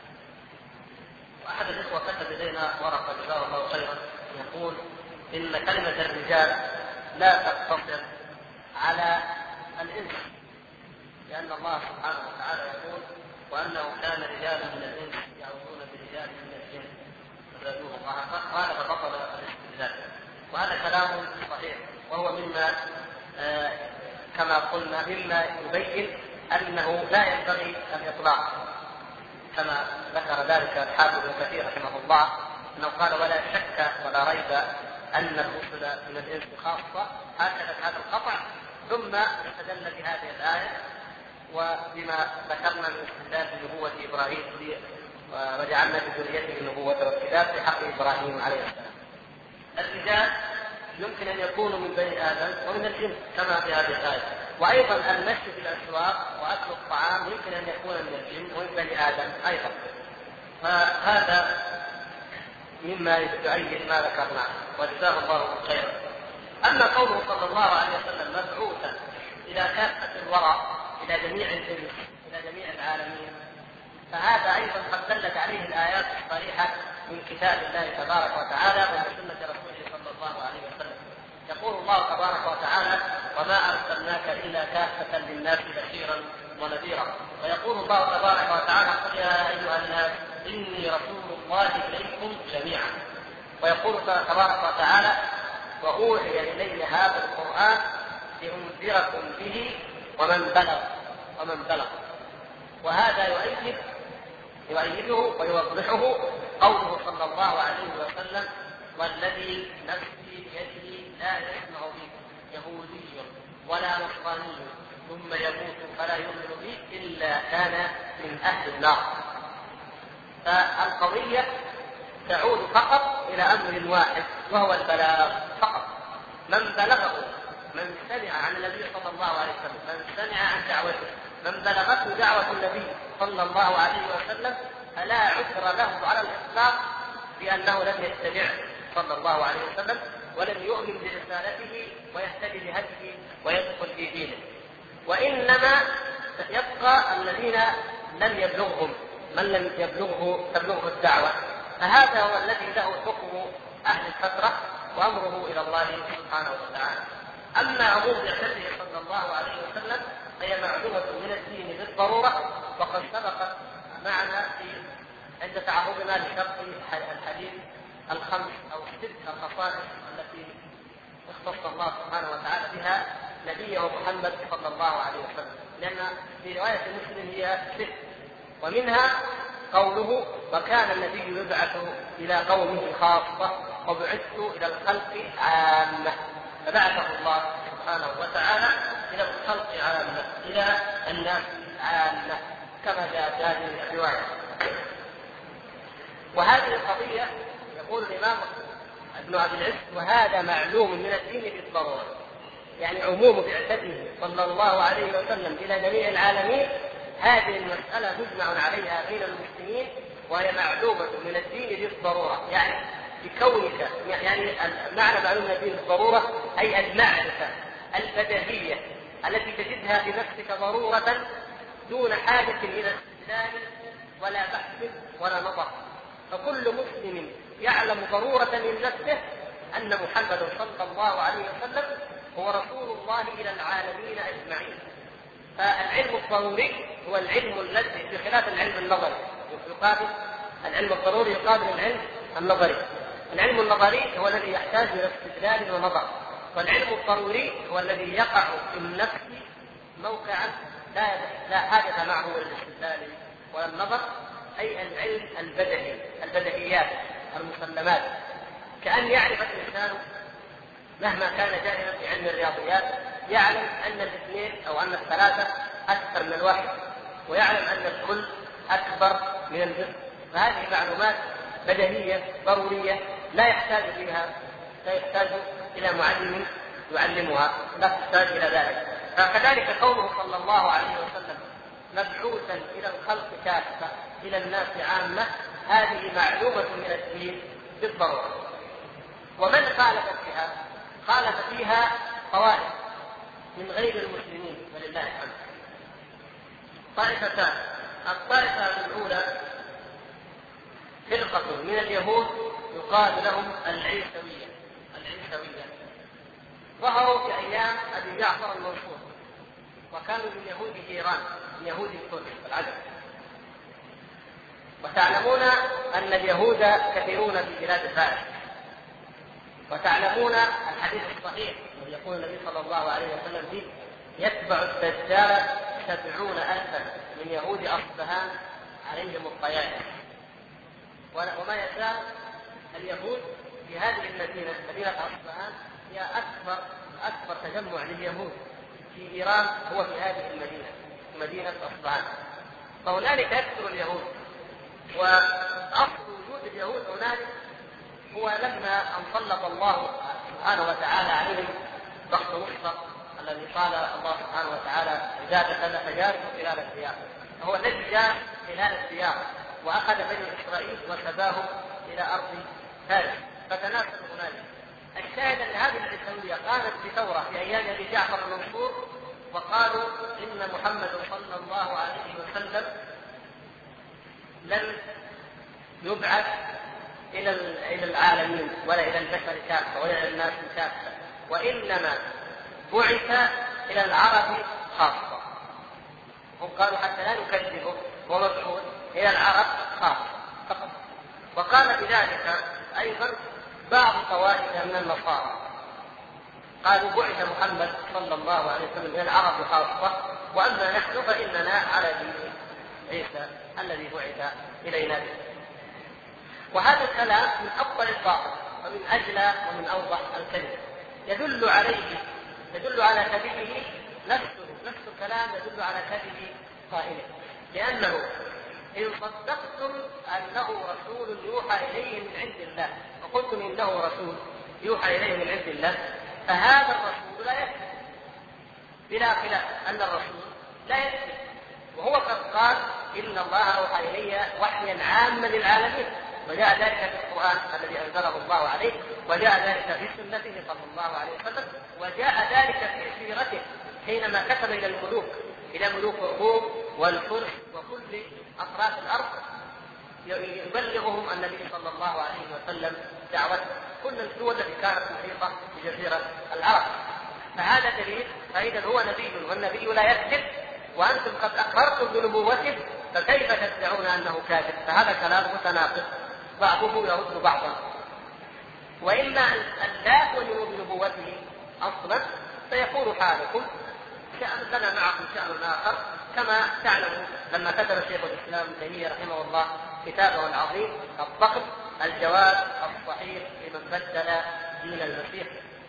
وأحد الإخوة كتب إلينا ورقة جزاه الله خيرا يقول إن كلمة الرجال لا تقتصر على الإنس، لأن الله سبحانه وتعالى يقول: وأنه كان رجال من الإنس يعوذون برجال من الجن فزادوهم رهقا، وهذا فبطل الاستدلال. وهذا كلام صحيح، وهو مما كما قلنا مما يبين أنه لا ينبغي الإطلاق، كما ذكر ذلك الحافظ ابن كثير رحمه الله أنه قال: ولا شك ولا ريب أن الرسل من الإنس خاصة، هكذا هذا القطع، ثم استدل بهذه الآية وبما ذكرنا من استدلال بنبوة إبراهيم وجعلنا في ذريته النبوة والكتاب في حق إبراهيم عليه السلام. الرجال يمكن أن يكونوا من بني آدم ومن الجن كما في هذه الآية، وأيضا المشي في الأسواق وأكل الطعام يمكن أن يكون من الجن ومن بني آدم أيضا. فهذا مما يؤيد ما ذكرناه، وجزاه الله خيرا. أما قوله صلى الله عليه وسلم مبعوثا إلى كافة الورى، إلى جميع الإنس، إلى جميع فهذا أيضا قد دلت عليه الآيات الصريحة من كتاب الله تبارك وتعالى ومن سنة رسوله صلى الله عليه وسلم. يقول الله تبارك وتعالى: وما أرسلناك إلا كافة للناس بشيرا ونذيرا. ويقول الله تبارك وتعالى: قل يا أيها الناس إني رسول الله إليكم جميعا. ويقول تبارك وتعالى: وأوحي إلي هذا القرآن لأنذركم به ومن بلغ. وهذا يؤيده ويوضحه قوله صلى الله عليه وسلم: والذي نفسي بيده لا يسمع بي يهودي ولا نصراني ثم يموت فلا يؤمن بي إلا كان من أهل النار. فالقضية تعود فقط إلى أمر واحد وهو البلاغ فقط. من بلغه، من سمع عن النبي صلى الله عليه وسلم، من سمع عن دعوته، من بلغته دعوة النبي صلى الله عليه وسلم، فلا عذر له على الإطلاق بأنه لم يتبعه صلى الله عليه وسلم ولم يؤمن برسالته ويهتدي بهديه ويدخل في دينه. وإنما يبقى الذين لم يبلغهم، من لم تبلغه الدعوة، فهذا هو الذي له حكم أهل الفترة وأمره إلى الله سبحانه وتعالى. أما عموم بعثته صلى الله عليه وسلم فهي معلومة من الدين بالضرورة، وقد سبقت معنا عند تعرضنا لشرح الحديث الخمس أو 6 الخصائص التي اختص الله سبحانه وتعالى بها نبيه محمد صلى الله عليه وسلم، لأن في رواية مسلم هي 6، ومنها قوله: وكان النبي يبعث إلى قومه خاصة وبعثت إلى الخلق عامة. فبعثه الله سبحانه وتعالى إلى الخلق عامة، إلى الناس عامة، كما جاءت هذه الرواية. وهذه القضية يقول الإمام ابن عبد العز: وهذا معلوم من الدين بالضرورة. يعني عموم بعثته صلى الله عليه وسلم إلى جميع العالمين، هذه المسألة مجمع عليها بين المسلمين، وهي معلومة من الدين بالضرورة. يعني بكونك، يعني معنى معلومة من الدين بالضرورة أي المعرفة البديهية التي تجدها في نفسك ضرورة دون حاجة إلى استدلال ولا بحث ولا نظر. فكل مسلم يعلم ضرورة من نفسه أن محمد صلى الله عليه وسلم هو رسول الله إلى العالمين أجمعين. فالعلم الضروري هو العلم الذي بخلاف العلم النظري، يقابل العلم الضروري يقابل العلم النظري. العلم النظري هو الذي يحتاج إلى استدلال ونظر، والعلم الضروري هو الذي يقع في النفس موقعا لا حاجة معه إلى الاستدلال ولا النظر، أي العلم البدهي، البدهيات، المسلمات. كأن يعرف الإنسان مهما كان جاهلا في علم الرياضيات يعلم أن الاثنين أو أن الثلاثة أكثر من الواحد، ويعلم أن الكل أكبر من الجزء. فهذه معلومات بديهية ضرورية لا يحتاج إلى معلم يعلمها، لا تحتاج إلى ذلك. فكذلك قوله صلى الله عليه وسلم: مبعوثا إلى الخلق كافة إلى الناس عامة، هذه معلومة من الدين بالضرورة. ومن خالف فيها طوائف من غير المسلمين ولله الحمد. طائفتان: الطائفة الأولى فرقة من اليهود يقال لهم العيسوية. ظهروا في أيام أبي جعفر المنصور، وكانوا من يهود إيران، من يهود الترك والعجم. وتعلمون أن اليهود كثيرون في بلاد فارس، وتعلمون الحديث الصحيح الذي يقول النبي صلى الله عليه وسلم فيه: يتبع الدجال 70,000 من يهود أصبهان عليهم الطيائف. وما يزال اليهود في هذه المدينة، مدينة أصبهان، هي أكبر تجمع لليهود في إيران هو في هذه المدينة، مدينة أصبهان. فهنالك يكثر اليهود، وأصل وجود اليهود هنالك هو لما أن سلط الله سبحانه وتعالى عليهم ضغط مصر الذي قال الله سبحانه وتعالى: إذا تجارب خلال الديار. فهو الذي جاء خلال الديار وأخذ بني إسرائيل وسباهم إلى أرض فارس، فتناسلوا هنالك. الشاهد أن هذه العيسوية قامت بثورة في أيام أبي جعفر المنصور، وقالوا إن محمد صلى الله عليه وسلم يبعث إلى العالمين ولا إلى البشر كافة ولا إلى الناس كافة، وإنما بعث إلى العرب خاصة. هم قالوا حتى لا نكذبه ومبعوث إلى العرب خاصة فقط. وقال بذلك أيضا بعض طوائف من النصارى، قالوا بعث محمد صلى الله عليه وسلم إلى العرب خاصة، وأما نحن فإننا على دين عيسى الذي بعث إلينا به. وهذا الكلام من أفضل الباطل ومن أجلى ومن أوضح الكلمة، يدل على كذبه نفس الكلام يدل على كذب قائله، لأنه إن صدقتم أنه رسول يوحى إليه من عند الله وقلتم إنه رسول يوحى إليه من عند الله، فهذا الرسول لا يكذب، بلا خلاف أن الرسول لا يكذب. وهو قد قال إن الله أوحى إلي وحيا عاما للعالمين، وجاء ذلك في القرآن الذي أنزله الله عليه، وجاء ذلك في سنته صلى الله عليه وسلم، وجاء ذلك في سيرته حينما كتب إلى ملوك الروم والفرس وكل أطراف الأرض يبلغهم النبي صلى الله عليه وسلم دعوته، كل الدول التي كانت محيطة بجزيرة العرب. فهذا دليل، فإذا هو نبي والنبي لا يكذب، وأنتم قد أقررتم بنبوته، فكيف تدعون أنه كاذب؟ فهذا كلام متناقض بعضه يرد بعضا. وإما أن لا تؤمنوا بنبوته أصلا فيكون حالكم لنا معكم شأن آخر، كما تعلموا لما كتب شيخ الإسلام ابن تيمية رحمه الله كتابه العظيم الضخم الجواب الصحيح لمن بدل دين المسيح.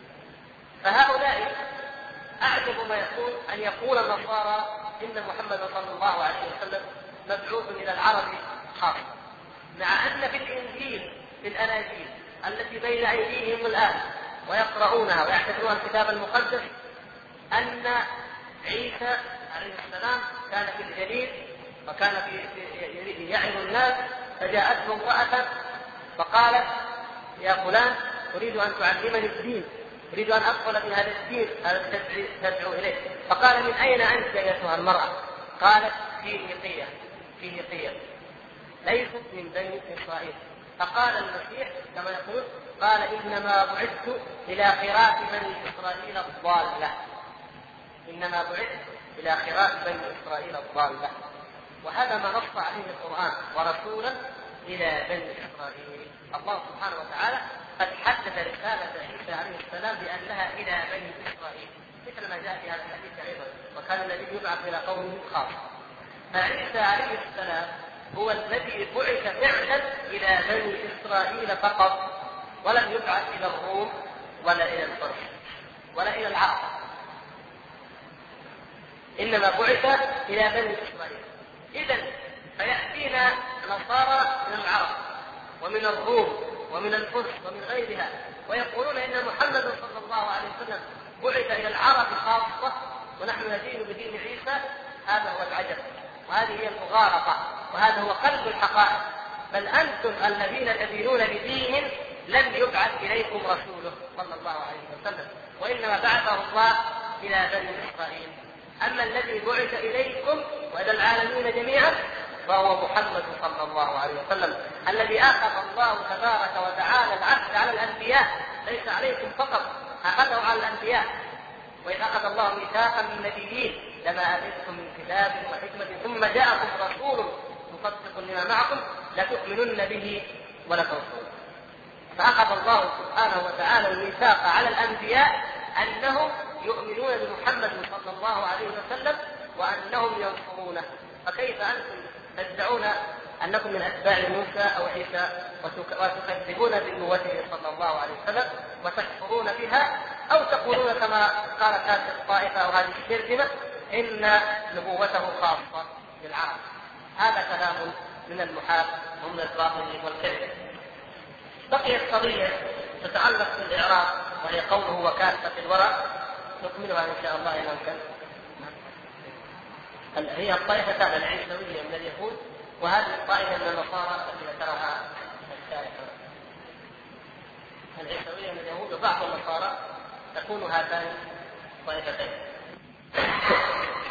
فهؤلاء أعجب ما يكون أن يقول النصارى إن محمد صلى الله عليه وسلم مبعوث إلى العرب خاصة، مع أن في الإنجيل في الأناجيل التي بين أيديهم الآن ويقرؤونها ويعتبرونها الكتاب المقدس أن عيسى عليه السلام كان في الجليل وكان يعظ الناس، فجاءته امرأة فقالت يا فلان أريد أن تعلمني الدين، أريد أن أدخل في هذا الدين الذي تدعو إليه. فقال من أين أنت أيتها المرأة؟ قالت في نقية ليست من بني إسرائيل. فقال المسيح كما يقول قال إنما بعثت إلى خراف بني إسرائيل الضالة، إنما بعثت إلى خراف بني إسرائيل الضالة. وهذا ما نص عليه القرآن ورسولا إلى بني إسرائيل. الله سبحانه وتعالى قد حدد رسالة عيسى عليه السلام بأنها إلى بني إسرائيل، مثل ما جاء في هذا الحديث أيضا، وكان الذي يبعث إلى قومه خاصة. فعيسى عليه السلام هو الذي بعث فعلا إلى بني إسرائيل فقط، ولم يبعث إلى الروم ولا إلى الفرس ولا إلى العرب، إنما بعث إلى بني إسرائيل. إذن فيأتينا نصارى من العرب ومن الروم ومن الفرس ومن غيرها ويقولون إن محمد صلى الله عليه وسلم بعث إلى العرب خاصة ونحن ندين بدين عيسى. هذا هو العجب، وهذه هي المغالطة، وهذا هو قلب الحقائق. بل أنتم الذين تدينون بدين لم يبعث إليكم رسوله صلى الله عليه وسلم، وإنما بعثه الله إلى بني إسرائيل. أما الذي بعث إليكم وإلى العالمين جميعا فهو محمد صلى الله عليه وسلم، الذي أخذ الله تبارك وتعالى العهد على الأنبياء، ليس عليكم فقط، أخذه على الأنبياء. وإذ أخذ الله ميثاقا من النبيين لما آتيتكم من كتاب وحكمة ثم جاءكم رسول مصدق لما معكم لتؤمنن به ولتنصرونه. فأخذ الله سبحانه وتعالى الميثاق على الأنبياء أنهم يؤمنون بمحمد صلى الله عليه وسلم وأنهم ينصرونه. فكيف أنتم تدعون أنكم من أتباع موسى أو عيسى وتكذبون بنبوته صلى الله عليه وسلم وتكفرون بها، أو تقولون كما قالت هذه الطائفة أو هذه الشرذمة إن نبوته خاصة بالعرب؟ هذا كلام من المحال ومن الباطل والكذب. بقيت قضية تتعلق بالإعراب وهي قوله وكافة الورى، نكملها إن شاء الله إن أمكن. هي الطائفة العيسوية من اليهود، وهذه الطائفة من النصارى التي ذكرها الشارح. العيسوية من اليهود وبعض النصارى تكون هاتان طائفتين.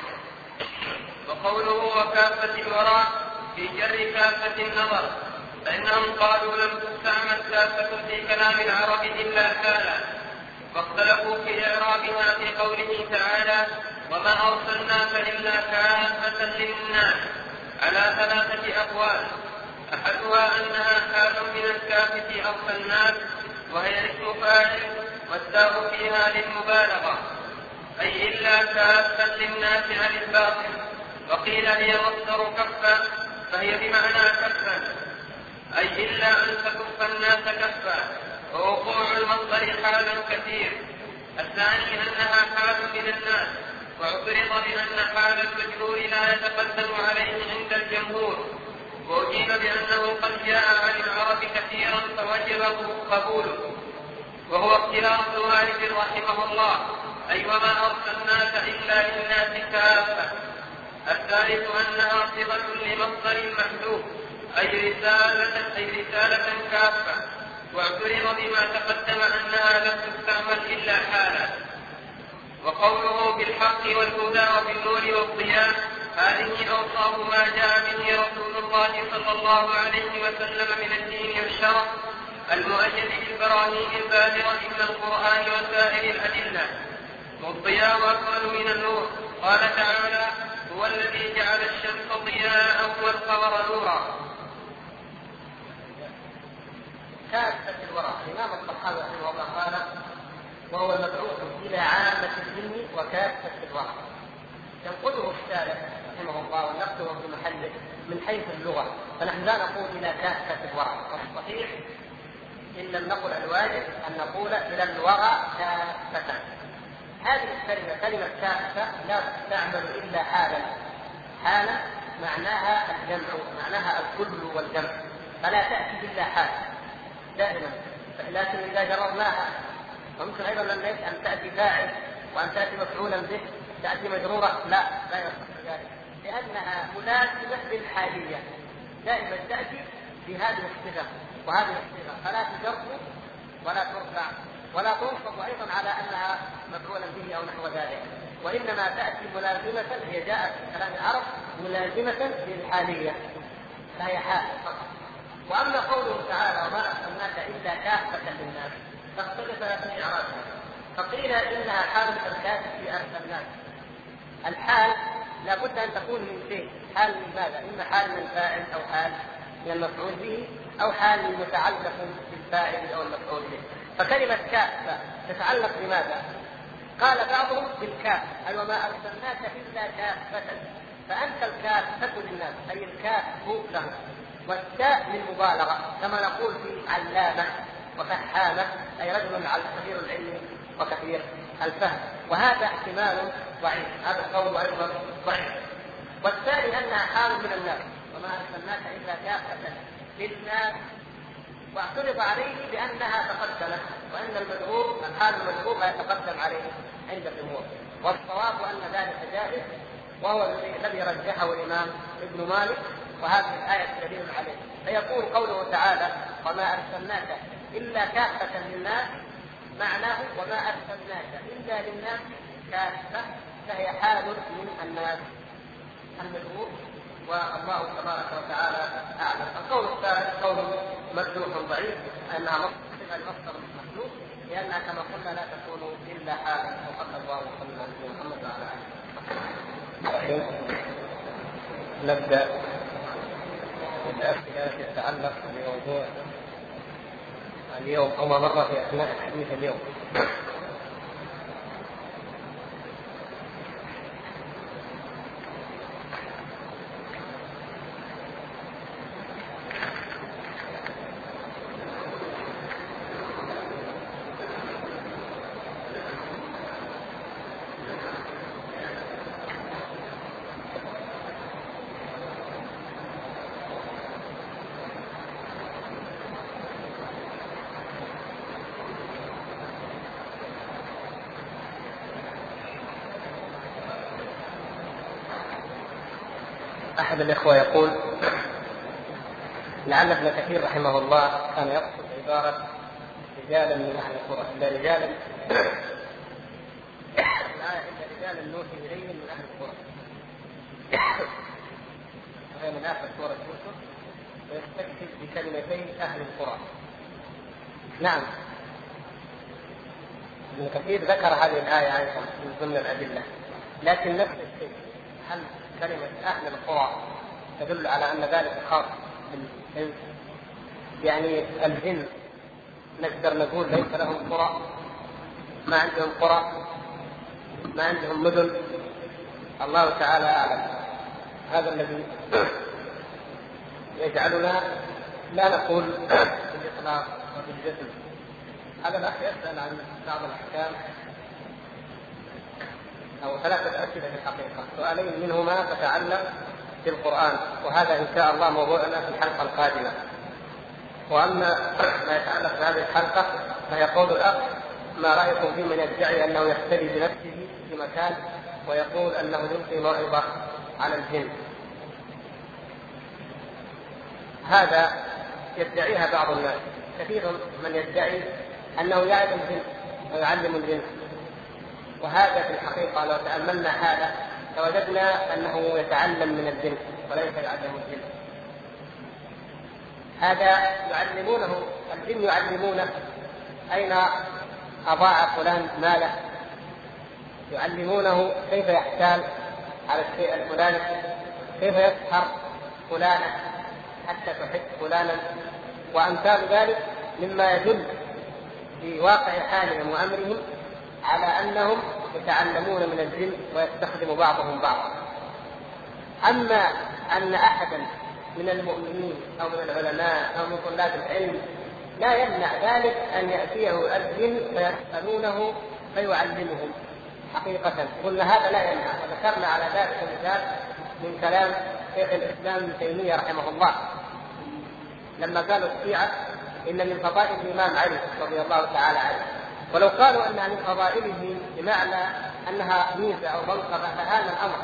وقوله وكافة الورى في جر كافة النظر، فإنهم قالوا لم تستعمل كافة في كلام العرب إلا حالا، واختلفوا في إعرابها في قوله تعالى وما أرسلناك إلا كافة للناس على 3 أقوال. أحدها أنها حال من الكافة أرسلناك وهي اسم فاعل والتاء فيها للمبالغة، أي إلا كافة للناس عن الباطل. وقيل هي مصدر كفا فهي بمعنى كفا، أي إلا أن تكف الناس كفا، ووقوع المصدر حال كثير. الثاني أنها حال من الناس، واعترض بأن حال المجرور لا يتقدم عليه عند الجمهور، وأجيب بأنه قد جاء عن العرب كثيرا فوجب قبوله، وهو اختيار ابن مالك رحمه الله، أي وما أرسلناك إلا للناس كافة. الثالث أنها صفة لمصدر محذوف، أي رسالة كافة، واعترض بما تقدم أنها لم تستعمل إلا حالا. وقوله بالحق والهدى وبالنور والضياء هذه أوصاف ما جاء به رسول الله صلى الله عليه وسلم من الدين والشرع المؤيد بالبراهين البالغة من القرآن وسائر الأدلة. والضياء أكمل من النور، قال تعالى هو الذي جعل الشمس ضياء والقمر نورا. كافة الورى. الإمام الطحاوي رحمه الله قال وهو المبعوث إلى عامة الجن وكافة الورى. ينقله الشارع رحمه الله ونقله في محله من حيث اللغة، فنحن لا نقول إلى كافة الورى، والصحيح إن لم نقل الواجب أن نقول إلى الورى كافة. هذه الكلمة كلمة كافة لا تستعمل إلا حالا. حالا معناها الجمع، معناها الكل والجمع، فلا تأتي إلا حال دائما. لكن إذا جررناها فممكن أيضا أن تأتي فاعل وأن تأتي مفعولا به، تأتي مجرورة، لا يصح ذلك، لأنها ملازمة للحالية، دائما تأتي بهذه الصفة وهذه الصفة، فلا تجر ولا ترفع ولا تنصب أيضا على أنها مفعولا به أو نحو ذلك، وإنما تأتي ملازمة. هي جاءت في كلام العرب ملازمة للحالية، فهي حال فقط. وأما قوله تعالى وما أرسلناك إلا كافة للناس فاختلف في إعرابها، فقيل إنها حال الكافة في أرسلناك. الحال لابد أن تكون من شيء، حال من ماذا؟ إما حال من الفاعل أو حال من المفعول به أو حال متعلق بالفاعل أو المفعول به. فكلمة كافة تتعلق بماذا؟ قال بعضهم بالكاف، أي وما أرسلناك إلا كافة، فأنت الكافة للناس، أي الكاف له، والتاء للمبالغة كما نقول في علامة وفحامة، أي رجل كثير العلم وكثير الفهم، وهذا احتمال ضعيف، هذا القول أيضا ضعيف. والثاني أنها حال من الناس، وما أرسلناك إلا كافة للناس، واعترض عليه بأنها تقدمت، وأن المجرور الحال المجرور لا يتقدم عليه عند الجمهور، والصواب أن ذلك جائز، وهو الذي رجحه الإمام ابن مالك، وهذه الآية دليل عليه. فيقول قوله تعالى وما أرسلناك إلا كافة للناس، معناه وما أرسلناك إلا للناس كافة، فهي حال من الناس المجرور، والله تبارك وتعالى أعلم. القول الثالث قول مفتوح ضعيف، أنها صفة المصدر المخلوق، لأنها كما قلنا لا تكون إلا حالا. وصلى الله وسلم على محمد وعلى آله. نبدأ بالأسئلة التي تتعلق بموضوع اليوم أو ما مر في أثناء الحديث اليوم. أحد الإخوة يقول لعل ابن كثير رحمه الله كان يقصد عبارة رجالا من أهل القرى، إلا رجالا رجالا نوحي إليهم من أهل القرى، وهي من آخر سورة يوسف، ويستكفي بكلمتي أهل القرى. نعم، ابن كثير ذكر هذه الآية أيضا من ضمن الأدلة، لكن نفس الشيء، هل كلمة أهل القرى تدل على أن ذلك خاص بالإنس؟ يعني الجن نقدر نقول ليس لهم قرى، ما عندهم قرى، ما عندهم مدن؟ الله تعالى أعلم. هذا الذي يجعلنا لا نقول بالإطلاق وبالجزم. هذا الأخ يسأل عن بعض الأحكام أو 3 أسئلة في الحقيقة، سؤالين منهما تتعلق بالقرآن، وهذا إن شاء الله موضوعنا في الحلقة القادمة. وأما ما يتعلق بهذه الحلقة فيقول الأخ: ما رأيكم في من يدعي أنه يختلي بنفسه في مكان ويقول أنه يلقي موعظة على الجن؟ هذا يدعيها بعض الناس، كثير من يدعي أنه يعلم الجن ويعلم الجن، وهذا في الحقيقة لو تأملنا هذا لوجدنا أنه يتعلم من الجن وليس يعلم الجن. هذا يعلمونه الجن، يعلمونه أين أضاع فلان ماله، يعلمونه كيف يحتال على الشيء الفلاني، كيف يسحر فلانا حتى تحب فلانا، وأمثال ذلك مما يدل في واقع حالهم وأمرهم على أنهم يتعلمون من الجن ويستخدم بعضهم بعضا. أما أن أحدا من المؤمنين أو من العلماء أو من طلاب العلم لا يمنع ذلك أن يأتيه الجن فيسألونه فيعلمهم حقيقة، قلنا هذا لا يمنع، وذكرنا على ذلك مثال من كلام شيخ الإسلام ابن تيمية رحمه الله لما قالوا الشيعة إن من فضائل الإمام علي رضي الله تعالى عنه، ولو قالوا أنها من فضائله بمعنى أنها ميزة أو منقبة فهذا الأمر.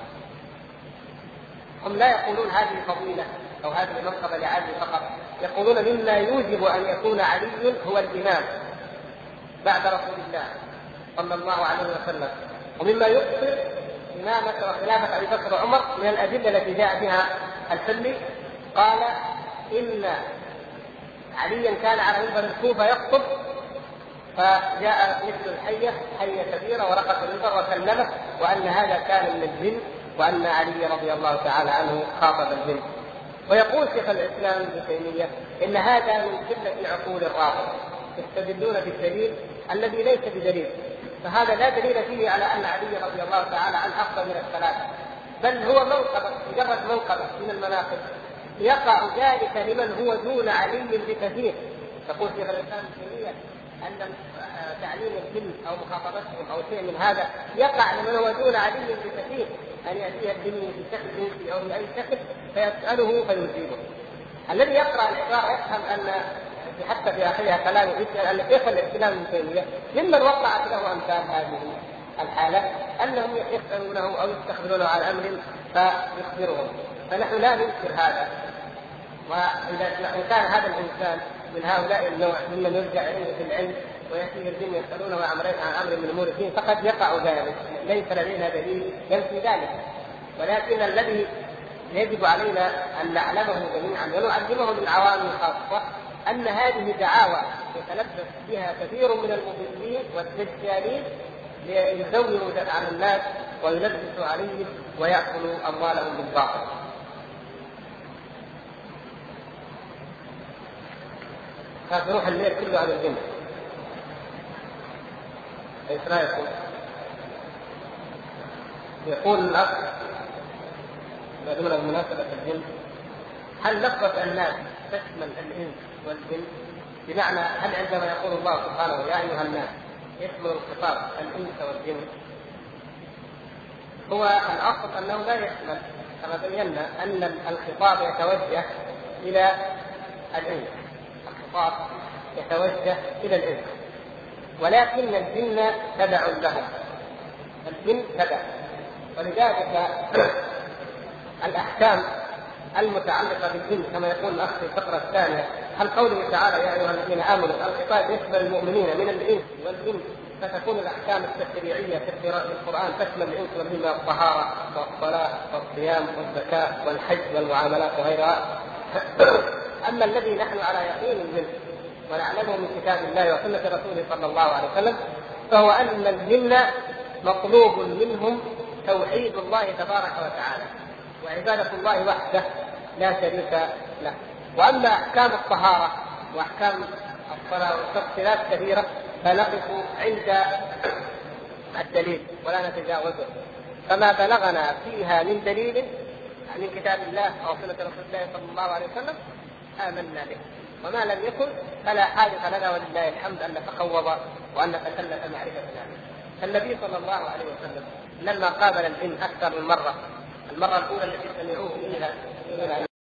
هم لا يقولون هذه فضيلة أو هذه منقبة لعلي فقط، يقولون مما يوجب أن يكون علي هو الإمام بعد رسول الله صلى الله عليه وسلم، ومما يبطل إمامة وخلافة أبي بكر وعمر من الأدلة التي جاء بها الحلي. قال إن عليا كان على منبر الكوفة يخطب فجاء مثل حية كبيرة ورقة المنبر وكلمه، وأن هذا كان من الجن، وأن علي رضي الله تعالى عنه خاطب الجن. ويقول شيخ الإسلام ابن تيمية إن هذا من قلة عقول الرافضة، يستدلون بالدليل الذي ليس بدليل، فهذا لا دليل فيه على أن علي رضي الله تعالى عنه أفضل من الثلاثة، بل هو منقبة، مجرد منقبة من المناقب يقع ذلك لمن هو دون علي بكثير. يقول شيخ الإسلام ابن تيمية أن تعليم الجن أو مخاطبتهم أو شيء من هذا يقع لمن هو دون علي بكثير، أن يأتيه الجن بشكل جنسي أو بأي شكل فيسأله فيجيبه. الذي يقرأ العبارة يفهم أن حتى في آخرها كلام يسأل أن شيخ الإسلام ابن تيمية ممن وقعت له أمثال هذه الحالة أنهم يسألونه أو يستخبرونه عن أمر فيخبرهم، فنحن لا ننكر هذا. وإذا كان هذا الإنسان من هؤلاء النوع ممن يرجع إليه في العلم ويأتيه الجن يسألونه عن أمر من أمور الدين فقد يقع ذلك، ليس لدينا دليل ينفي ذلك. ولكن الذي يجب علينا أن نعلمه جميعا ونعلمه للعوام خاصة أن هذه دعاوى يتلبس بها كثير من المضلين والدجالين ليزوروا على الناس ويلبسوا عليهم ويأكلوا أموالهم بالباطل. فبروح الليل كله على الجن. ايش رايكم؟ يقول الأخ ضمن مناسبة الجن: هل لفظة الناس تشمل الإنس والجن؟ بمعنى هل عندما يقول الله سبحانه يا أيها الناس يشمل الخطاب الإنس والجن؟ هو الأصل أنه لا يشمل، كما بينا أن الخطاب يتوجه إلى الإنس، الخطاب يتوجه إلى الإنس، ولكن الجن تبع لهم، الجن تبع. ولذلك الأحكام المتعلقة بالجن كما يقول الأخ في الفقرة الثانية: هل قوله تعالى يا أيها الذين آمنوا الخطاب يشمل المؤمنين من الإنس والجن، فتكون الأحكام التشريعية في القرآن تشمل الإنس والجن: الطهارة والصلاة والصيام والزكاة والحج والمعاملات وغيرها. أما الذي نحن على يقين منه ونعلمه من كتاب الله وسنة رسوله صلى الله عليه وسلم فهو أن المنا مطلوب منهم توحيد الله تبارك وتعالى وعبادة الله وحده لا شريك له. وأما أحكام الطهارة وأحكام الصلاة والتفصيلات كثيرة فنقف عند الدليل ولا نتجاوزه، فما بلغنا فيها من دليل من كتاب الله أو سنة رسول الله صلى الله عليه وسلم آمنا به، وما لم يكن فلا حاجة لنا ولله الحمد أن نتخوض وأن نتكلف معرفة ذلك. فالنبي صلى الله عليه وسلم لما قابل الجن أكثر من مرة، المرة الأولى التي سمعوه فيها